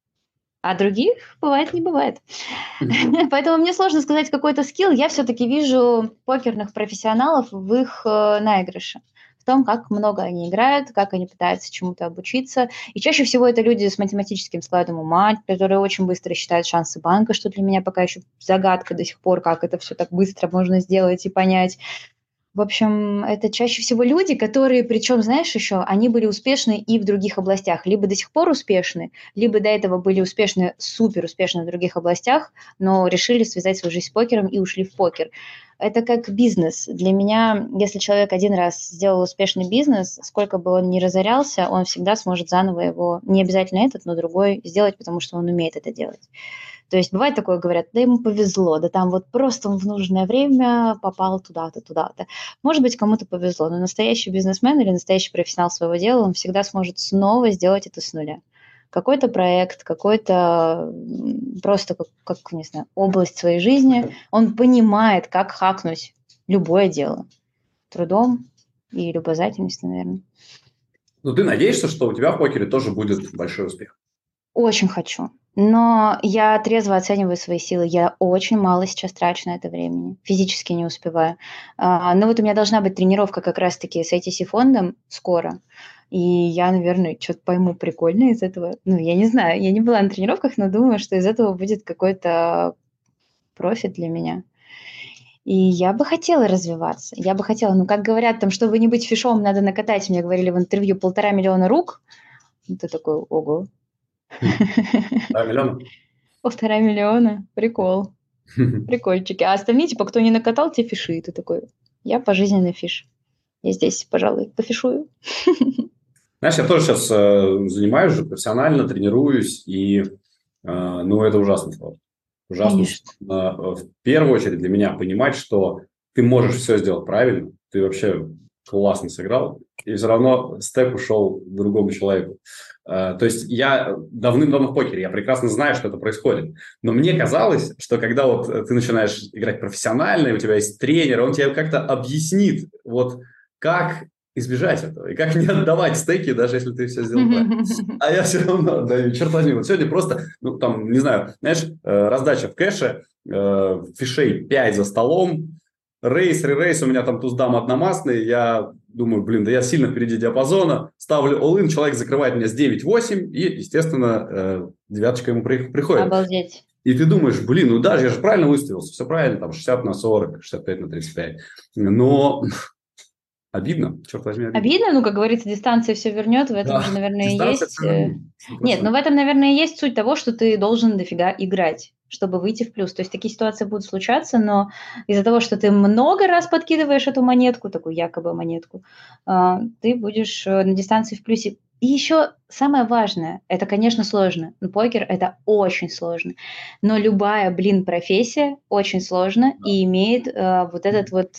А других бывает, не бывает. Поэтому мне сложно сказать какой-то скилл. Я все-таки вижу покерных профессионалов в их наигрыше. В том, как много они играют, как они пытаются чему-то обучиться. И чаще всего это люди с математическим складом ума, которые очень быстро считают шансы банка, что для меня пока еще загадка до сих пор, как это все так быстро можно сделать и понять. В общем, это чаще всего люди, которые, причем, знаешь, еще они были успешны и в других областях. Либо до сих пор успешны, либо до этого были успешны, супер успешны в других областях, но решили связать свою жизнь с покером и ушли в покер. Это как бизнес. Для меня, если человек один раз сделал успешный бизнес, сколько бы он ни разорялся, он всегда сможет заново его, не обязательно этот, но другой сделать, потому что он умеет это делать. То есть бывает такое, говорят, да ему повезло, да там вот просто он в нужное время попал туда-то, туда-то. Может быть, кому-то повезло, но настоящий бизнесмен или настоящий профессионал своего дела, он всегда сможет снова сделать это с нуля. Какой-то проект, какой-то просто, как, не знаю, область своей жизни, он понимает, как хакнуть любое дело. Трудом и любознательностью, наверное. Ну, ты надеешься, что у тебя в покере тоже будет большой успех? Очень хочу. Но я трезво оцениваю свои силы. Я очень мало сейчас трачу на это времени. Физически не успеваю. Но вот у меня должна быть тренировка как раз-таки с ITC-фондом скоро. И я, наверное, что-то пойму прикольно из этого. Ну, я не знаю, я не была на тренировках, но думаю, что из этого будет какой-то профит для меня. И я бы хотела развиваться. Я бы хотела, ну, как говорят, там, чтобы не быть фишом, надо накатать. Мне говорили в интервью 1,5 миллиона рук. Это такой, ого. 2 миллиона? 1,5 миллиона. Прикол. Прикольчики. А остальные, типа, кто не накатал, те фиши. И ты такой, я пожизненный фиш. Я здесь, пожалуй, пофишую. Знаешь, я тоже сейчас занимаюсь же профессионально, тренируюсь, и ну, это ужасно сложно. Ужасно Конечно. сложно. В первую очередь для меня понимать, что ты можешь все сделать правильно, ты вообще классно сыграл, и все равно стек ушел другому человеку. То есть я давным-давно в покере, я прекрасно знаю, что это происходит. Но мне казалось, что когда вот ты начинаешь играть профессионально, и у тебя есть тренер, он тебе как-то объяснит, вот как избежать этого, и как не отдавать стейки, даже если ты все сделал правильно. А я все равно отдаю. Черт возьми, вот сегодня просто, ну, там, не знаю, знаешь, раздача в кэше, фишей 5 за столом, рейс, ререйс, у меня там туз-дам одномастный, я думаю, блин, да я сильно впереди диапазона, ставлю all-in, человек закрывает меня с 9-8, и, естественно, девяточка ему приходит. Обалдеть. И ты думаешь, блин, ну даже я же правильно выставился, все правильно, там 60/40, 65/35, но обидно, черт возьми, обидно. Обидно, ну, как говорится, дистанция все вернет, в этом Да, же, наверное, и дистанция есть... всё вернет, 100%. Нет, ну в этом, наверное, и есть суть того, что ты должен дофига играть, чтобы выйти в плюс. То есть такие ситуации будут случаться, но из-за того, что ты много раз подкидываешь эту монетку, такую якобы монетку, ты будешь на дистанции в плюсе. И еще самое важное, это, конечно, сложно. Но покер – это очень сложно. Но любая, профессия очень сложна и имеет вот этот вот...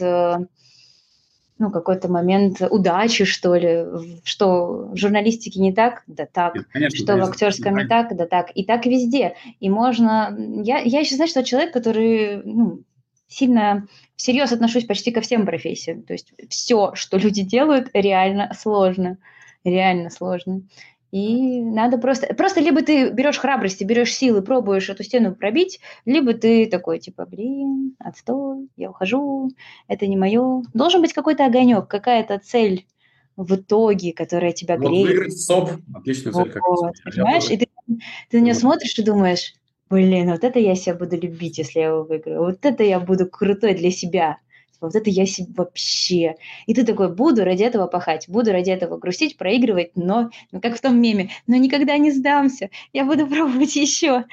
ну, какой-то момент удачи, что ли, что в журналистике не так, да так, Нет, конечно, что в актерском не так, да так, и так везде. И можно... Я еще, знаешь, тот человек, который сильно всерьез отношусь почти ко всем профессиям. То есть все, что люди делают, реально сложно. Реально сложно. И надо просто либо ты берешь храбрость, берешь силы, пробуешь эту стену пробить, либо ты такой, типа, блин, отстой, я ухожу, это не мое. Должен быть какой-то огонек, какая-то цель в итоге, которая тебя Вот греет. выиграть СОП, отличная цель как раз. Вот, Я понимаешь? тоже. И ты на нее смотришь и думаешь, блин, вот это я себя буду любить, если я его выиграю. Вот это я буду крутой для себя. Вот это я себе вообще. И ты такой, буду ради этого пахать, буду ради этого грустить, проигрывать, но, ну, как в том меме, но никогда не сдамся, я буду пробовать еще.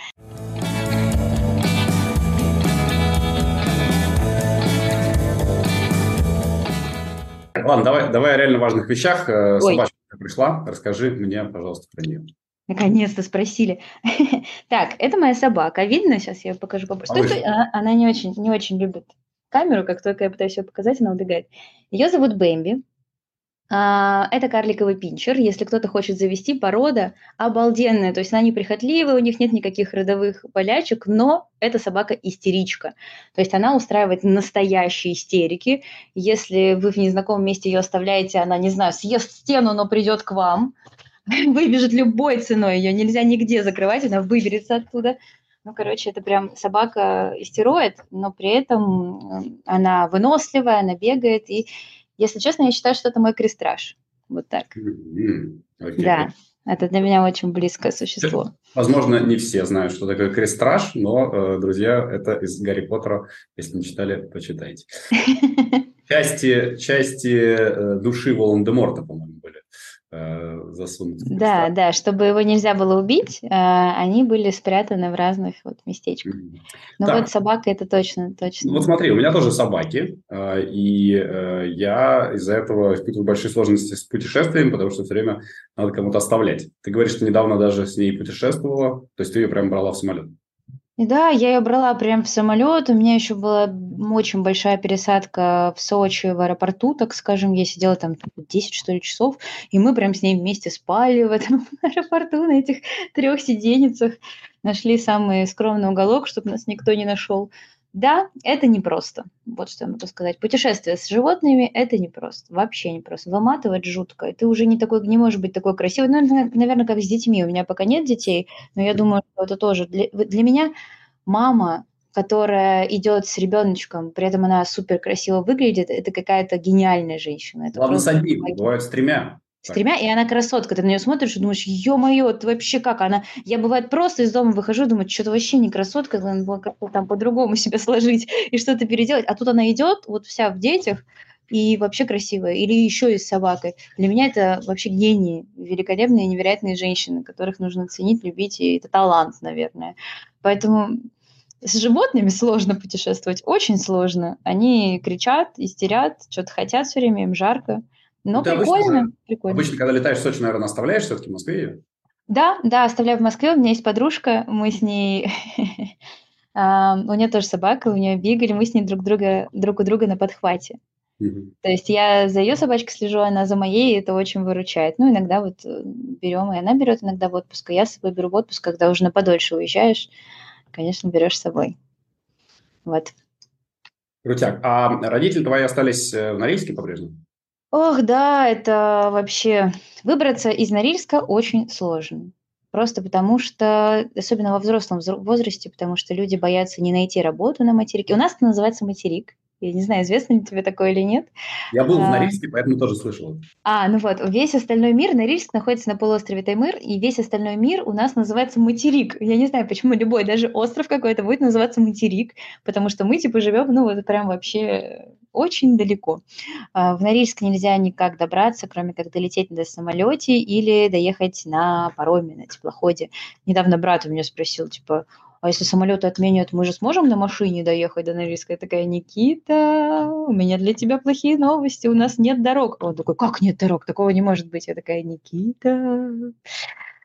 Ладно, давай о реально важных вещах. Ой, Собачка пришла, расскажи мне, пожалуйста, про нее. наконец-то спросили. Так, это моя собака. Видно? Сейчас я покажу побольше. Стой, стой. Повыше. Она не очень любит камеру. Как только я пытаюсь ее показать, она убегает. Ее зовут Бэмби. Это карликовый пинчер. Если кто-то хочет завести, порода обалденная. То есть она неприхотливая, у них нет никаких родовых болячек, но эта собака истеричка. То есть она устраивает настоящие истерики. Если вы в незнакомом месте ее оставляете, она, не знаю, съест стену, но придет к вам. Выбежит любой ценой. Ее нельзя нигде закрывать, она выберется оттуда. Ну, короче, это прям собака истероид, но при этом она выносливая, она бегает. И, если честно, я считаю, что это мой крестраж. Вот так. Окей. Да, это для меня очень близкое существо. Возможно, не все знают, что такое крестраж, но, друзья, это из Гарри Поттера. Если не читали, почитайте. Части души Волан-де-Морта, по-моему, были засунуты. Да, чтобы его нельзя было убить, они были спрятаны в разных вот местечках. Но Так. вот собака это точно. Вот смотри, у меня тоже собаки, и я из-за этого испытываю большие сложности с путешествиями, потому что все время надо кому-то оставлять. Ты говоришь, что недавно даже с ней путешествовала, то есть ты ее прям брала в самолет. Да, я ее брала прям в самолет. У меня еще была очень большая пересадка в Сочи в аэропорту, так скажем. Я сидела там 10, что ли, часов, и мы прям с ней вместе спали в этом аэропорту на этих 3 сиденьицах. Нашли самый скромный уголок, чтобы нас никто не нашел. Да, это непросто. Вот что я могу сказать. Путешествие с животными – это непросто. Вообще непросто. Выматывать жутко. И ты уже не можешь быть такой красивой. Ну, наверное, как с детьми. У меня пока нет детей, но я думаю, что это тоже для меня мама, которая идет с ребеночком, при этом она супер красиво выглядит, это какая-то гениальная женщина. Это Ладно, с просто одним, бывает с 3. с 3, и она красотка. Ты на нее смотришь и думаешь, ё-моё, ты вообще как? Я, бывает, просто из дома выхожу, думаю, что-то вообще не красотка, надо было как-то там по-другому себя сложить и что-то переделать. А тут она идет, вот вся в детях, и вообще красивая. Или еще и с собакой. Для меня это вообще гении, великолепные, невероятные женщины, которых нужно ценить, любить, и это талант, наверное. Поэтому с животными сложно путешествовать, очень сложно. Они кричат, истерят, что-то хотят все время, им жарко. Но ты прикольно. Обычно, когда летаешь в Сочи, наверное, оставляешь все-таки в Москве ее? Да, оставляю в Москве. У меня есть подружка, мы с ней... У нее тоже собака, у нее бигль, мы с ней друг у друга на подхвате. То есть я за ее собачкой слежу, она за моей, и это очень выручает. Ну, иногда вот берем, и она берет иногда в отпуск, и я с собой беру в отпуск, когда уже на подольше уезжаешь, конечно, берешь с собой. Вот. Крутяк. А родители твои остались в Норильске по-прежнему? Ох, да, это вообще... Выбраться из Норильска очень сложно. Просто потому что, особенно во взрослом возрасте, потому что люди боятся не найти работу на материке. У нас это называется материк. Я не знаю, известно ли тебе такое или нет. Я был в Норильске, поэтому тоже слышал. Ну вот, весь остальной мир, Норильск находится на полуострове Таймыр, и весь остальной мир у нас называется материк. Я не знаю, почему любой, даже остров какой-то будет называться материк, потому что мы типа живем, ну вот прям вообще очень далеко. В Норильск нельзя никак добраться, кроме как долететь на самолете или доехать на пароме, на теплоходе. Недавно брат у меня спросил, типа, а если самолеты отменят, мы же сможем на машине доехать до Норильска? Я такая, Никита, у меня для тебя плохие новости, у нас нет дорог. Он такой, как нет дорог? Такого не может быть. Я такая, Никита,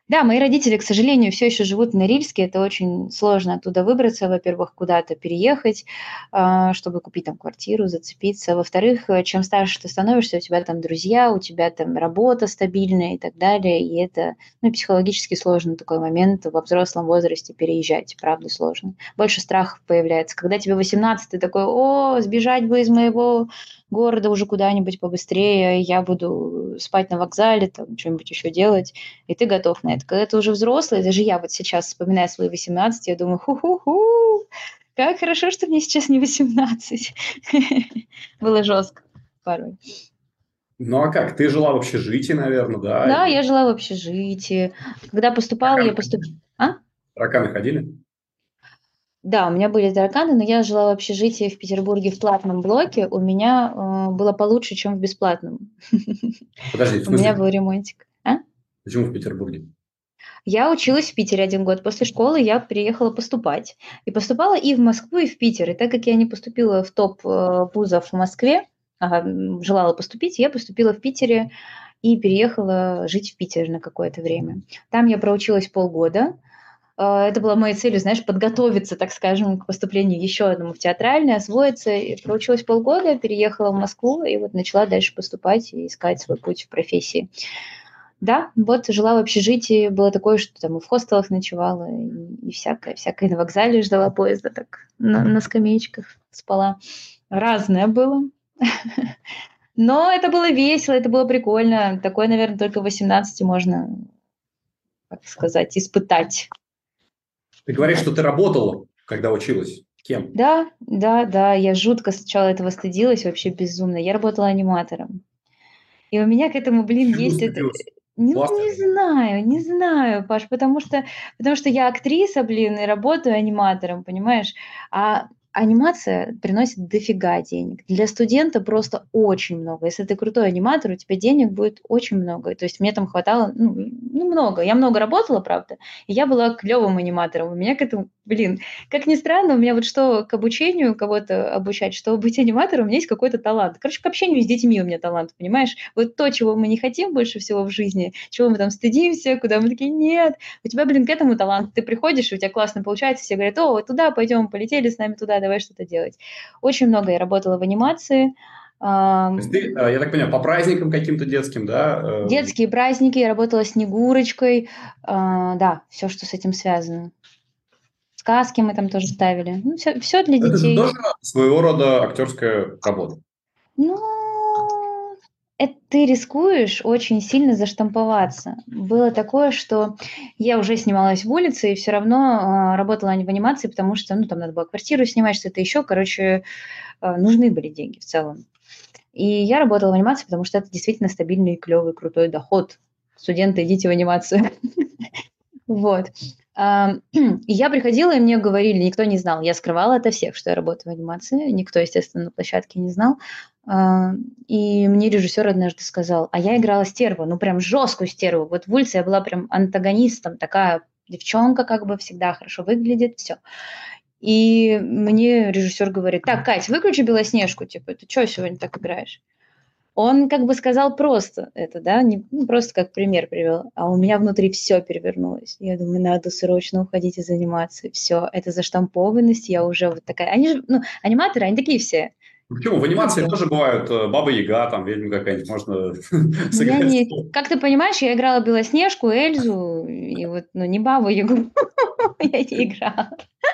Да, мои родители, к сожалению, все еще живут в Норильске. Это очень сложно оттуда выбраться. Во-первых, куда-то переехать, чтобы купить там квартиру, зацепиться. Во-вторых, чем старше ты становишься, у тебя там друзья, у тебя там работа стабильная и так далее. И это, ну, психологически сложно такой момент во взрослом возрасте переезжать. Правда, сложно. Больше страхов появляется. Когда тебе 18, ты такой: о, сбежать бы из моего города уже куда-нибудь побыстрее, я буду спать на вокзале, там что-нибудь еще делать, и ты готов на это. Когда ты уже взрослый, даже я вот сейчас, вспоминая свои 18, я думаю: ху-ху-ху, как хорошо, что мне сейчас не 18. Было жестко порой. Ну а как? Ты жила в общежитии, наверное, да? Да, И я жила в общежитии. Когда поступала, тараканы я ходили? поступила... А? Тараканы ходили? Да, у меня были тараканы, но я жила в общежитии в Петербурге в платном блоке. У меня было получше, чем в бесплатном. Подожди, в У меня смысле, был ремонтик. А? почему в Петербурге? Я училась в Питере 1 год. После школы я приехала поступать. И поступала и в Москву, и в Питер. И так как я не поступила в топ вузов в Москве, желала поступить, я поступила в Питере и переехала жить в Питер на какое-то время. Там я проучилась полгода. Это была моей целью, знаешь, подготовиться, так скажем, к поступлению еще одному в театральное, освоиться. И проучилась полгода, переехала в Москву и вот начала дальше поступать и искать свой путь в профессии. Да, вот жила в общежитии, было такое, что там и в хостелах ночевала, и всякое на вокзале ждала поезда, так на скамеечках спала. Разное было. Но это было весело, это было прикольно. Такое, наверное, только в 18 можно, как сказать, испытать. Ты говоришь, Вот. что ты работала, когда училась. Кем? Да, да, да, я жутко сначала этого стыдилась, вообще безумно. Я работала аниматором. И у меня к этому, блин, Чего есть это... стыдилась? Ну, Классно же. не знаю, Паш, потому что я актриса, блин, и работаю аниматором, понимаешь? А анимация приносит дофига денег. Для студента просто очень много. Если ты крутой аниматор, у тебя денег будет очень много. То есть мне там хватало, ну, много. Я много работала, правда, и я была клевым аниматором. У меня к этому, блин, как ни странно, у меня вот что к обучению кого-то обучать, что быть аниматором, у меня есть какой-то талант. Короче, к общению с детьми у меня талант, понимаешь? Вот то, чего мы не хотим больше всего в жизни, чего мы там стыдимся, куда мы такие: нет, у тебя, блин, к этому талант. Ты приходишь, у тебя классно получается, все говорят: о, вот туда пойдем, полетели с нами туда, давай что-то делать. Очень много я работала в анимации. То есть ты, я так понимаю, по праздникам каким-то детским, да? Детские праздники, я работала Снегурочкой, да, все, что с этим связано. Сказки мы там тоже ставили. Ну, все для Это же детей. тоже своего рода актерская работа. Ну, это ты рискуешь очень сильно заштамповаться. Было такое, что я уже снималась в улице и все равно работала в анимации, потому что, ну, там надо было квартиру снимать, что-то еще. Короче, нужны были деньги в целом. И я работала в анимации, потому что это действительно стабильный, клевый, крутой доход. Студенты, идите в анимацию. Вот. И я приходила, и мне говорили, никто не знал. Я скрывала ото всех, что я работаю в анимации. Никто, естественно, на площадке не знал. И мне режиссер однажды сказал, а я играла стерву, ну прям жесткую стерву. Вот в «Улице» я была прям антагонистом, такая девчонка как бы всегда хорошо выглядит, все. И мне режиссер говорит: так, Кать, выключи «Белоснежку», типа, ты что сегодня так играешь? Он как бы сказал просто это, да, ну, просто как пример привел, а у меня внутри все перевернулось. Я думаю, надо срочно уходить из анимации. Все, это заштампованность, я уже вот такая. Они же, ну, аниматоры, они такие все. Ну, почему? В Ну, анимации все. тоже бывают Баба-Яга, там, ведьма какая-нибудь, можно Но я сыграть. не... Как ты понимаешь, я играла Белоснежку, Эльзу, и вот, ну, не Бабу Ягу я не играла.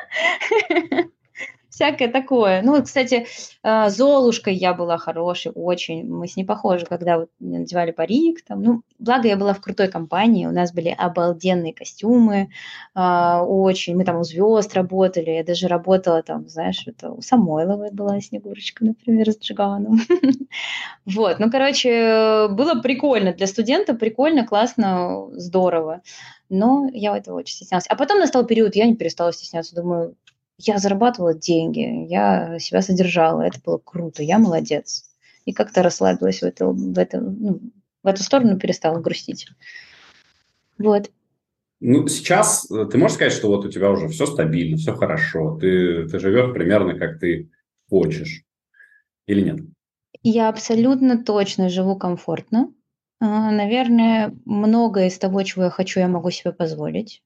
Всякое такое. Ну, вот, кстати, Золушкой я была хорошей, очень. Мы с ней похожи, когда вот надевали парик. Там. Ну, благо я была в крутой компании, у нас были обалденные костюмы, очень. Мы там у звезд работали, я даже работала там, знаешь, это у Самойловой была Снегурочка, например, с Джиганом. Вот, ну, короче, было прикольно для студента, прикольно, классно, здорово. Но я этого очень стеснялась. А потом настал период, я не перестала стесняться, думаю, я зарабатывала деньги, я себя содержала, это было круто, я молодец. И как-то расслабилась в эту сторону, перестала грустить. Вот. Ну, сейчас ты можешь сказать, что вот у тебя уже все стабильно, все хорошо, ты живешь примерно как ты хочешь или нет? Я абсолютно точно живу комфортно. Наверное, многое из того, чего я хочу, я могу себе позволить.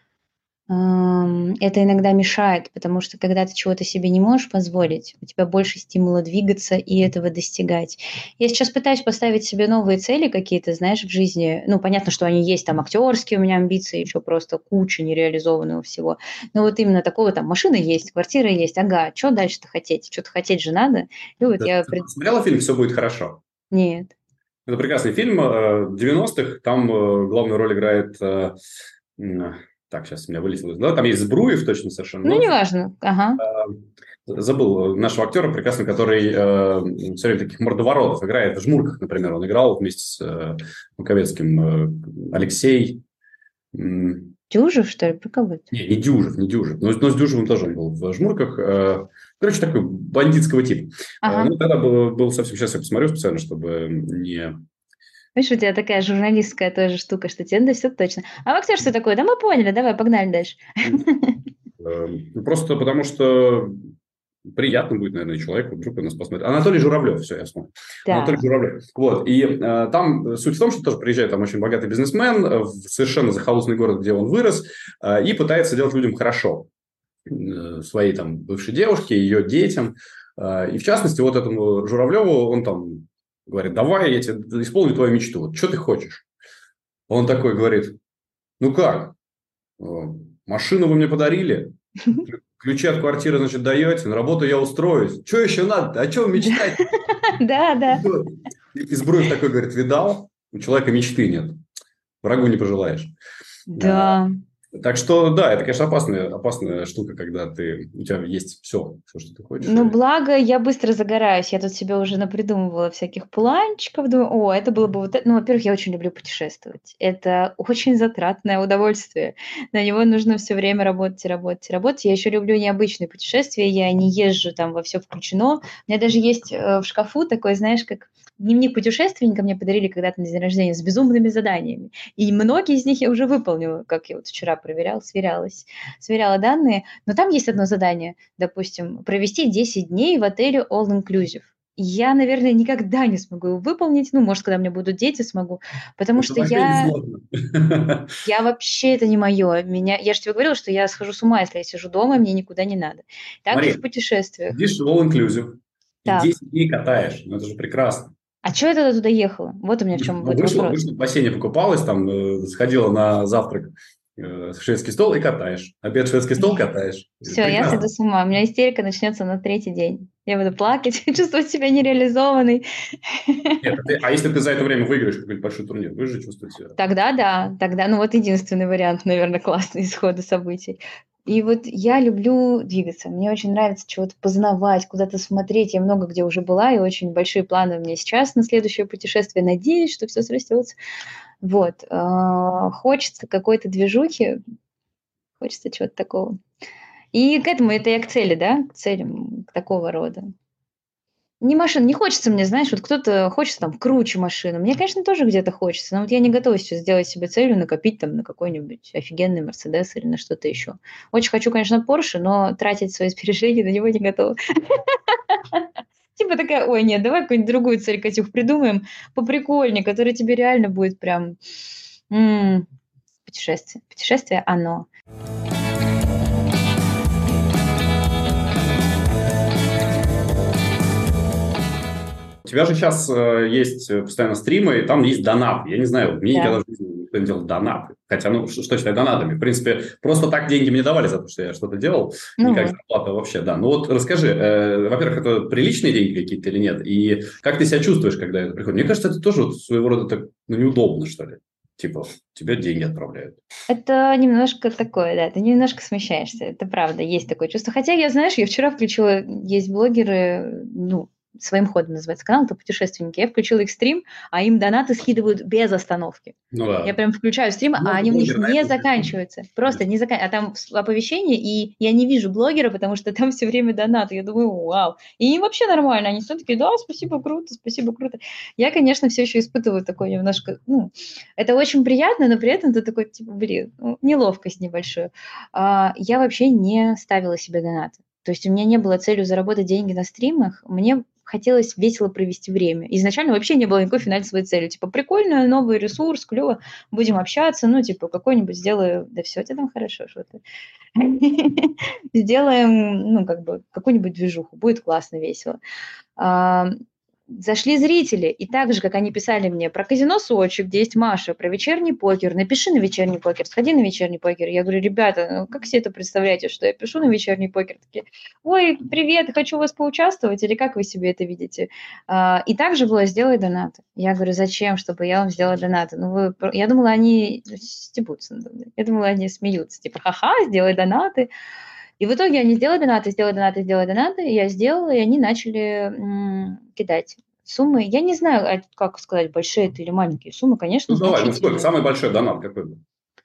Это иногда мешает, потому что когда ты чего-то себе не можешь позволить, у тебя больше стимула двигаться и этого достигать. Я сейчас пытаюсь поставить себе новые цели какие-то, знаешь, в жизни. Ну, понятно, что они есть, там актерские у меня амбиции, еще просто куча нереализованного всего. Но вот именно такого там машина есть, квартира есть, ага, что дальше-то хотеть? Что-то хотеть же надо. И вот Да, я... ты смотрела фильм «Все будет хорошо»? Нет. Это прекрасный фильм 90-х. Там главную роль играет... Так, сейчас у меня вылетело. Да, там есть Збруев, точно совершенно. Ну, Но неважно. Ага. забыл нашего актера прекрасного, который все время таких мордоворотов играет. В «Жмурках», например, он играл вместе с Маковецким. Алексей... Дюжев, что ли? Про кого-то? Не Дюжев, не Дюжев. Но с Дюжевым тоже он был в «Жмурках». Короче, такой бандитского типа. Ага. Ну, тогда был совсем... Сейчас я посмотрю специально, чтобы не... Видишь, у тебя такая журналистская тоже штука, что тебе, да, все точно. А в актерстве такое, да мы поняли, давай, погнали дальше. Просто потому что приятно будет, наверное, человеку, вдруг он нас посмотрит. Анатолий Журавлев, все, я вспомнил. Да. Анатолий Журавлев. Вот. И там суть в том, что тоже приезжает там очень богатый бизнесмен в совершенно захолустный город, где он вырос, и пытается делать людям хорошо. Своей там бывшей девушке, ее детям. И в частности, вот этому Журавлеву он там говорит: давай, я тебе исполню твою мечту. Вот что ты хочешь? Он такой говорит: ну как? Машину вы мне подарили? Ключи от квартиры, значит, даете, на работу я устроюсь. Что еще надо? О чем мечтать? Да. И Збруев такой говорит: видал? У человека мечты нет. Врагу не пожелаешь. Да. Так что, да, это, конечно, опасная штука, когда у тебя есть все, что ты хочешь. Ну, благо, я быстро загораюсь. Я тут себе уже напридумывала всяких планчиков. Думаю, это было бы вот это. Ну, во-первых, я очень люблю путешествовать. Это очень затратное удовольствие. На него нужно все время работать. Я еще люблю необычные путешествия. Я не езжу там во все включено. У меня даже есть в шкафу такой, знаешь, как дневник путешественника мне подарили когда-то на день рождения с безумными заданиями. И многие из них я уже выполнила, как я вот вчера проверяла, сверяла данные. Но там есть одно задание, допустим, провести 10 дней в отеле All Inclusive. Я, наверное, никогда не смогу его выполнить. Ну, может, когда у меня будут дети, смогу. Потому что я вообще это не мое. Я же тебе говорила, что я схожу с ума, если я сижу дома, мне никуда не надо. Так же в путешествиях. Сидишь в All Inclusive и 10 дней катаешь. Ну, это же прекрасно. А что я тогда туда ехала? Вот у меня в чем будет вопрос. Вышла в бассейне, покупалась, там, сходила на завтрак шведский стол и катаешь. Обед шведский стол катаешь. Все, я сойду с ума. У меня истерика начнется на 3-й день. Я буду плакать, чувствовать себя нереализованной. Нет, а если ты за это время выиграешь какой-нибудь большой турнир, будешь же чувствовать себя? Тогда да, ну вот единственный вариант, наверное, классный исхода событий. И вот я люблю двигаться. Мне очень нравится чего-то познавать, куда-то смотреть. Я много где уже была, и очень большие планы у меня сейчас на следующее путешествие. Надеюсь, что все срастется. Вот. Хочется какой-то движухи, хочется чего-то такого. И к этому, это я к цели, да, к целям такого рода. Не машина, не хочется мне, знаешь, вот кто-то хочет там круче машину. Мне, конечно, тоже где-то хочется, но вот я не готова сейчас сделать себе целью накопить там на какой-нибудь офигенный Мерседес или на что-то еще. Очень хочу, конечно, Порше, но тратить свои сбережения на него не готова. Типа такая: ой, нет, давай какую-нибудь другую цель, Катюх, придумаем поприкольнее, которая тебе реально будет прям путешествие. Путешествие оно. У тебя же сейчас есть постоянно стримы, и там есть донаты. Я не знаю, мне никогда в жизни никто не делал донаты. Хотя, что считать донатами? В принципе, просто так деньги мне давали за то, что я что-то делал. Не как зарплата вообще, да. Ну вот расскажи, во-первых, это приличные деньги какие-то или нет? И как ты себя чувствуешь, когда это приходит? Мне кажется, это тоже своего рода так, неудобно, что ли. Типа, тебе деньги отправляют. Это немножко такое, да, ты немножко смущаешься. Это правда, есть такое чувство. Хотя я вчера включила, есть блогеры, своим ходом называется канал, это путешественники. Я включила их стрим, а им донаты скидывают без остановки. Ну, да. Я прям включаю стрим, а они у них не заканчиваются. Просто не заканчиваются. А там оповещение, и я не вижу блогера, потому что там все время донаты. Я думаю, вау. И им вообще нормально. Они все такие: да, спасибо, круто. Я, конечно, все еще испытываю такое немножко, это очень приятно, но при этом ты такой, типа, неловкость небольшую. Я вообще не ставила себе донаты. То есть у меня не было целью заработать деньги на стримах. Мне хотелось весело провести время. Изначально вообще не было никакой финансовой цели. Типа, прикольно, новый ресурс, клево, будем общаться, ну, типа, какой-нибудь сделаю... Да все, тебе там хорошо, что ты. Сделаем, ну, как бы, какую-нибудь движуху, будет классно, весело. Зашли зрители, и так же, как они писали мне про казино Сочи, где есть Маша, про вечерний покер, напиши на вечерний покер, сходи на вечерний покер. Я говорю, ребята, ну как себе это представляете, что я пишу на вечерний покер? Такие, ой, привет, хочу у вас поучаствовать, или как вы себе это видите? И также было сделай донаты. Я говорю, зачем, чтобы я вам сделала донаты? Ну, я думала, они стебутся. Я думала, они смеются, типа, ха-ха, сделай донаты. И в итоге они сделали донаты, я сделала, и они начали кидать суммы. Я не знаю, как сказать, большие это или маленькие суммы, конечно, Ну, давай, значительные. сколько? Самый большой донат какой был?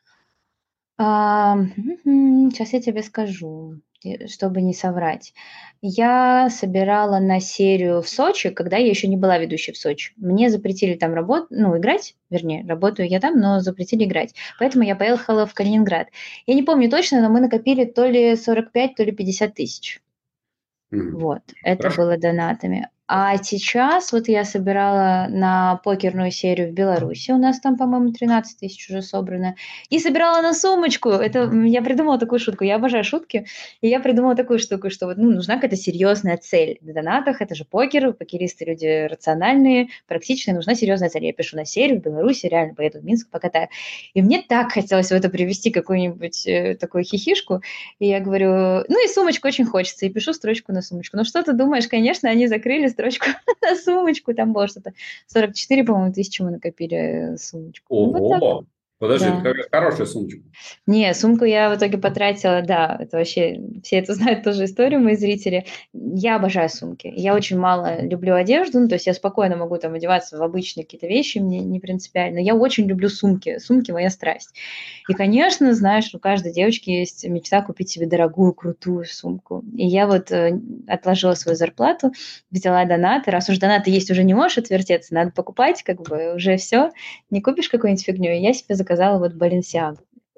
Сейчас я тебе скажу, чтобы не соврать. Я собирала на серию в Сочи, когда я еще не была ведущей в Сочи. Мне запретили там играть, вернее, работаю я там, но запретили играть. Поэтому я поехала в Калининград. Я не помню точно, но мы накопили то ли 45, то ли 50 тысяч. Вот, это Хорошо. было донатами. А сейчас вот я собирала на покерную серию в Беларуси, у нас там, по-моему, 13 тысяч уже собрано, и собирала на сумочку. Это я придумала такую шутку, я обожаю шутки, и я придумала такую штуку, что вот, нужна какая-то серьезная цель. В донатах это же покер, покеристы люди рациональные, практичные, нужна серьезная цель. Я пишу на серию в Беларуси, реально поеду в Минск, покатаю. И мне так хотелось в это привести какую-нибудь такую хихишку, и я говорю, и сумочку очень хочется, и пишу строчку на сумочку. Ну что ты думаешь, конечно, они закрыли строчку на сумочку, там было что-то 44, по-моему, тысячи мы накопили сумочку. Ого! Подожди, Да. это какая хорошая сумочка. Не, сумку я в итоге потратила, да, это вообще, все это знают тоже историю, мои зрители. Я обожаю сумки. Я очень мало люблю одежду, то есть я спокойно могу там одеваться в обычные какие-то вещи, мне не принципиально. Я очень люблю сумки. Сумки – моя страсть. И, конечно, знаешь, у каждой девочки есть мечта купить себе дорогую, крутую сумку. И я вот отложила свою зарплату, взяла донаты. Раз уж донаты есть, уже не можешь отвертеться, надо покупать, как бы уже все. Не купишь какую-нибудь фигню. И я себе заказала вот Balenciaga.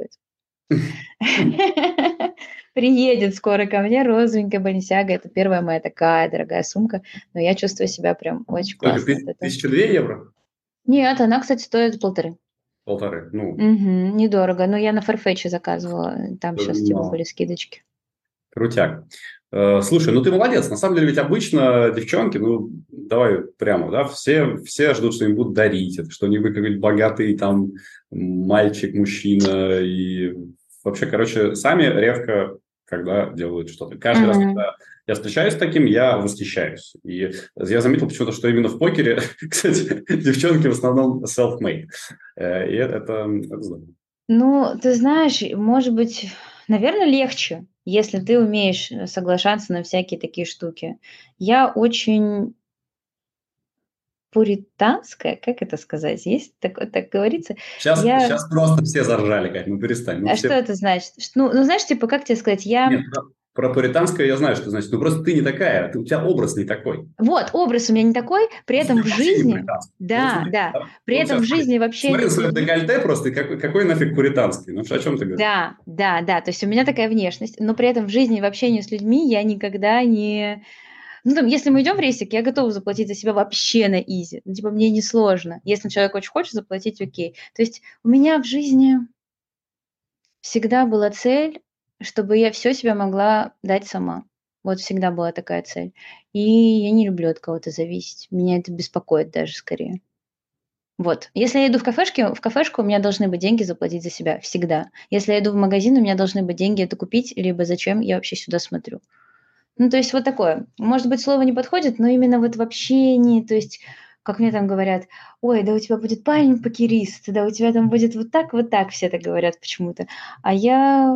Приедет скоро ко мне розовенькая Balenciaga. Это первая моя такая дорогая сумка. Но я чувствую себя прям очень классно. 1002 евро? Нет, она, кстати, стоит 1,5. 1,5, недорого. Но я на Farfetch заказывала. Там сейчас типа были скидочки. Крутяк. Слушай, ты молодец. На самом деле, ведь обычно девчонки, давай прямо, да, все ждут, что им будут дарить, что они будут какой-нибудь богатый там мальчик, мужчина. И вообще, сами редко, когда делают что-то. Каждый раз, когда я встречаюсь с таким, я восхищаюсь. И я заметил почему-то, что именно в покере, кстати, девчонки в основном self-made. И это здорово. Ты знаешь, может быть, наверное, легче, если ты умеешь соглашаться на всякие такие штуки. Я очень пуританская, как это сказать? Есть такое, так говорится? Сейчас просто все заржали, Кать, перестань. Что это значит? Знаешь, типа, как тебе сказать, Нет, про пуританское я знаю, что значит. Просто ты не такая, у тебя образ не такой. Вот, образ у меня не такой, при этом в жизни... Да, при этом в жизни вообще... Смотри на свое декольте просто, какой нафиг пуританский? О чем ты говоришь? Да, то есть у меня такая внешность, но при этом в жизни в общении с людьми я никогда не... если мы идем в рейсик, я готова заплатить за себя вообще на изи. Мне не сложно. Если человек очень хочет заплатить, окей. То есть у меня в жизни всегда была цель, чтобы я все себя могла дать сама. Вот всегда была такая цель. И я не люблю от кого-то зависеть. Меня это беспокоит даже скорее. Вот. Если я иду в кафешку у меня должны быть деньги заплатить за себя. Всегда. Если я иду в магазин, у меня должны быть деньги это купить, либо зачем я вообще сюда смотрю. То есть вот такое. Может быть, слово не подходит, но именно вот в общении, то есть, как мне там говорят, ой, да у тебя будет парень-покерист, да у тебя там будет вот так, все так говорят почему-то. А я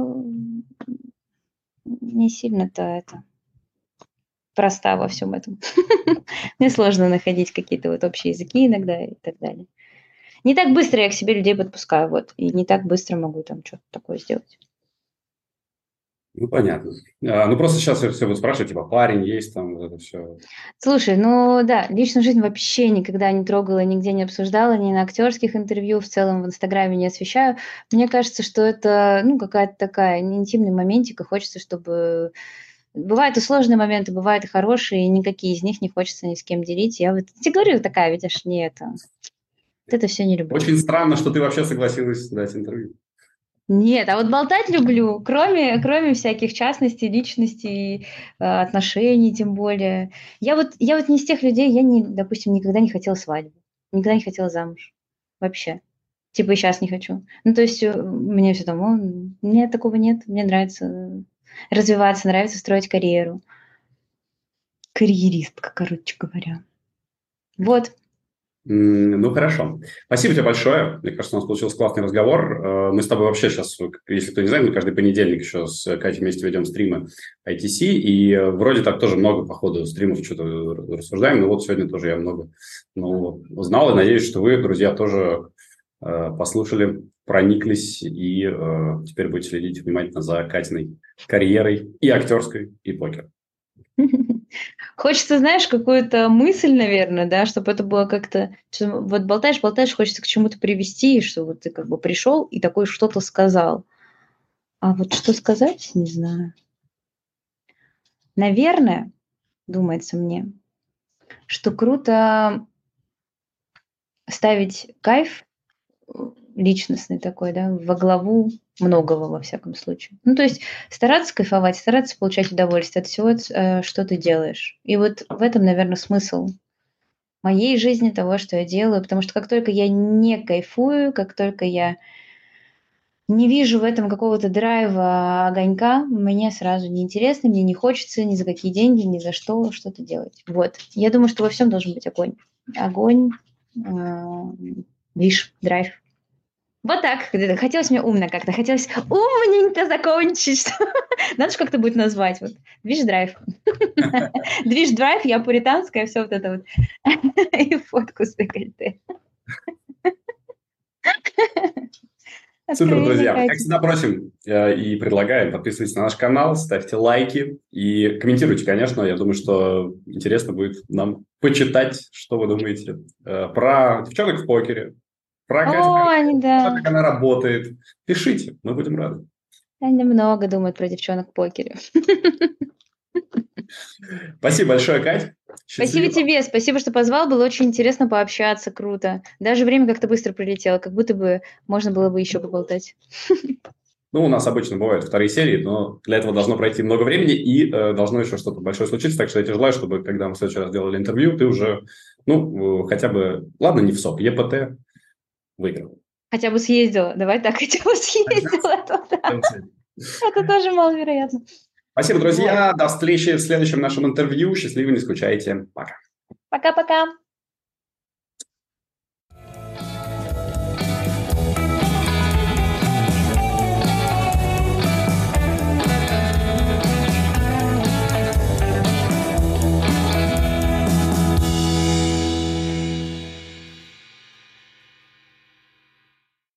не сильно-то это проста во всем этом. Мне сложно находить какие-то вот общие языки иногда и так далее. Не так быстро я к себе людей подпускаю, вот, и не так быстро могу там что-то такое сделать. Понятно. Просто сейчас все будут спрашивать, типа, парень есть там, вот это все. Слушай, да, личную жизнь вообще никогда не трогала, нигде не обсуждала, ни на актерских интервью, в целом в Инстаграме не освещаю. Мне кажется, что это, какая-то такая интимный моментик, и хочется, чтобы Бывают и сложные моменты, бывают и хорошие, и никакие из них не хочется ни с кем делить. Я вот тебе говорю, такая, видишь, не это. Это все не люблю. Очень странно, что ты вообще согласилась дать интервью. Нет, а вот болтать люблю, кроме всяких частностей, личностей, отношений тем более. Я вот не из тех людей, допустим, никогда не хотела свадьбу, никогда не хотела замуж. Вообще. Типа и сейчас не хочу. Ну, то есть мне все там, нет, такого нет. Мне нравится развиваться, нравится строить карьеру. Карьеристка, короче говоря. Вот. Ну, хорошо. Спасибо тебе большое. Мне кажется, у нас получился классный разговор. Мы с тобой вообще сейчас, если кто не знает, мы каждый понедельник еще с Катей вместе ведем стримы ITC, и вроде так тоже много по ходу стримов что-то рассуждаем, но вот сегодня тоже я много нового узнал, и надеюсь, что вы, друзья, тоже послушали, прониклись, и теперь будете следить внимательно за Катиной карьерой и актерской, и покер. Хочется, знаешь, какую-то мысль, наверное, да, чтобы это было как-то... Вот болтаешь, хочется к чему-то привести, что вот ты как бы пришел и такой что-то сказал. А вот что сказать, не знаю. Наверное, думается мне, что круто ставить кайф личностный такой, да, во главу многого, во всяком случае. Ну, то есть стараться кайфовать, стараться получать удовольствие от всего, что ты делаешь. И вот в этом, наверное, смысл моей жизни, того, что я делаю, потому что как только я не кайфую, как только я не вижу в этом какого-то драйва, огонька, мне сразу неинтересно, мне не хочется ни за какие деньги, ни за что-то делать. Вот. Я думаю, что во всем должен быть огонь. Огонь, виш, драйв. Вот так. Хотелось мне умно как-то. Хотелось умненько закончить. Надо же как-то будет назвать. Вот. Движ-драйв. Движ-драйв, я пуританская, все вот это вот. И фотку с декольте. Супер, друзья. Как всегда, просим и предлагаем, подписывайтесь на наш канал, ставьте лайки и комментируйте, конечно. Я думаю, что интересно будет нам почитать, что вы думаете про девчонок в покере, про Катю, как она работает. Пишите, мы будем рады. Они много думают про девчонок в покере. Спасибо большое, Кать. Счастливо. Спасибо тебе, спасибо, что позвал. Было очень интересно пообщаться, круто. Даже время как-то быстро пролетело, как будто бы можно было бы еще поболтать. Ну, у нас обычно бывают вторые серии, но для этого должно пройти много времени и должно еще что-то большое случиться. Так что я тебе желаю, чтобы, когда мы в следующий раз делали интервью, ты уже, хотя бы, ладно, не в СОП, ЕПТ выиграл. Хотя бы съездила. Давай так, хотя бы съездила туда. Это тоже маловероятно. Спасибо, друзья. До встречи в следующем нашем интервью. Счастливо, не скучайте. Пока. Пока-пока.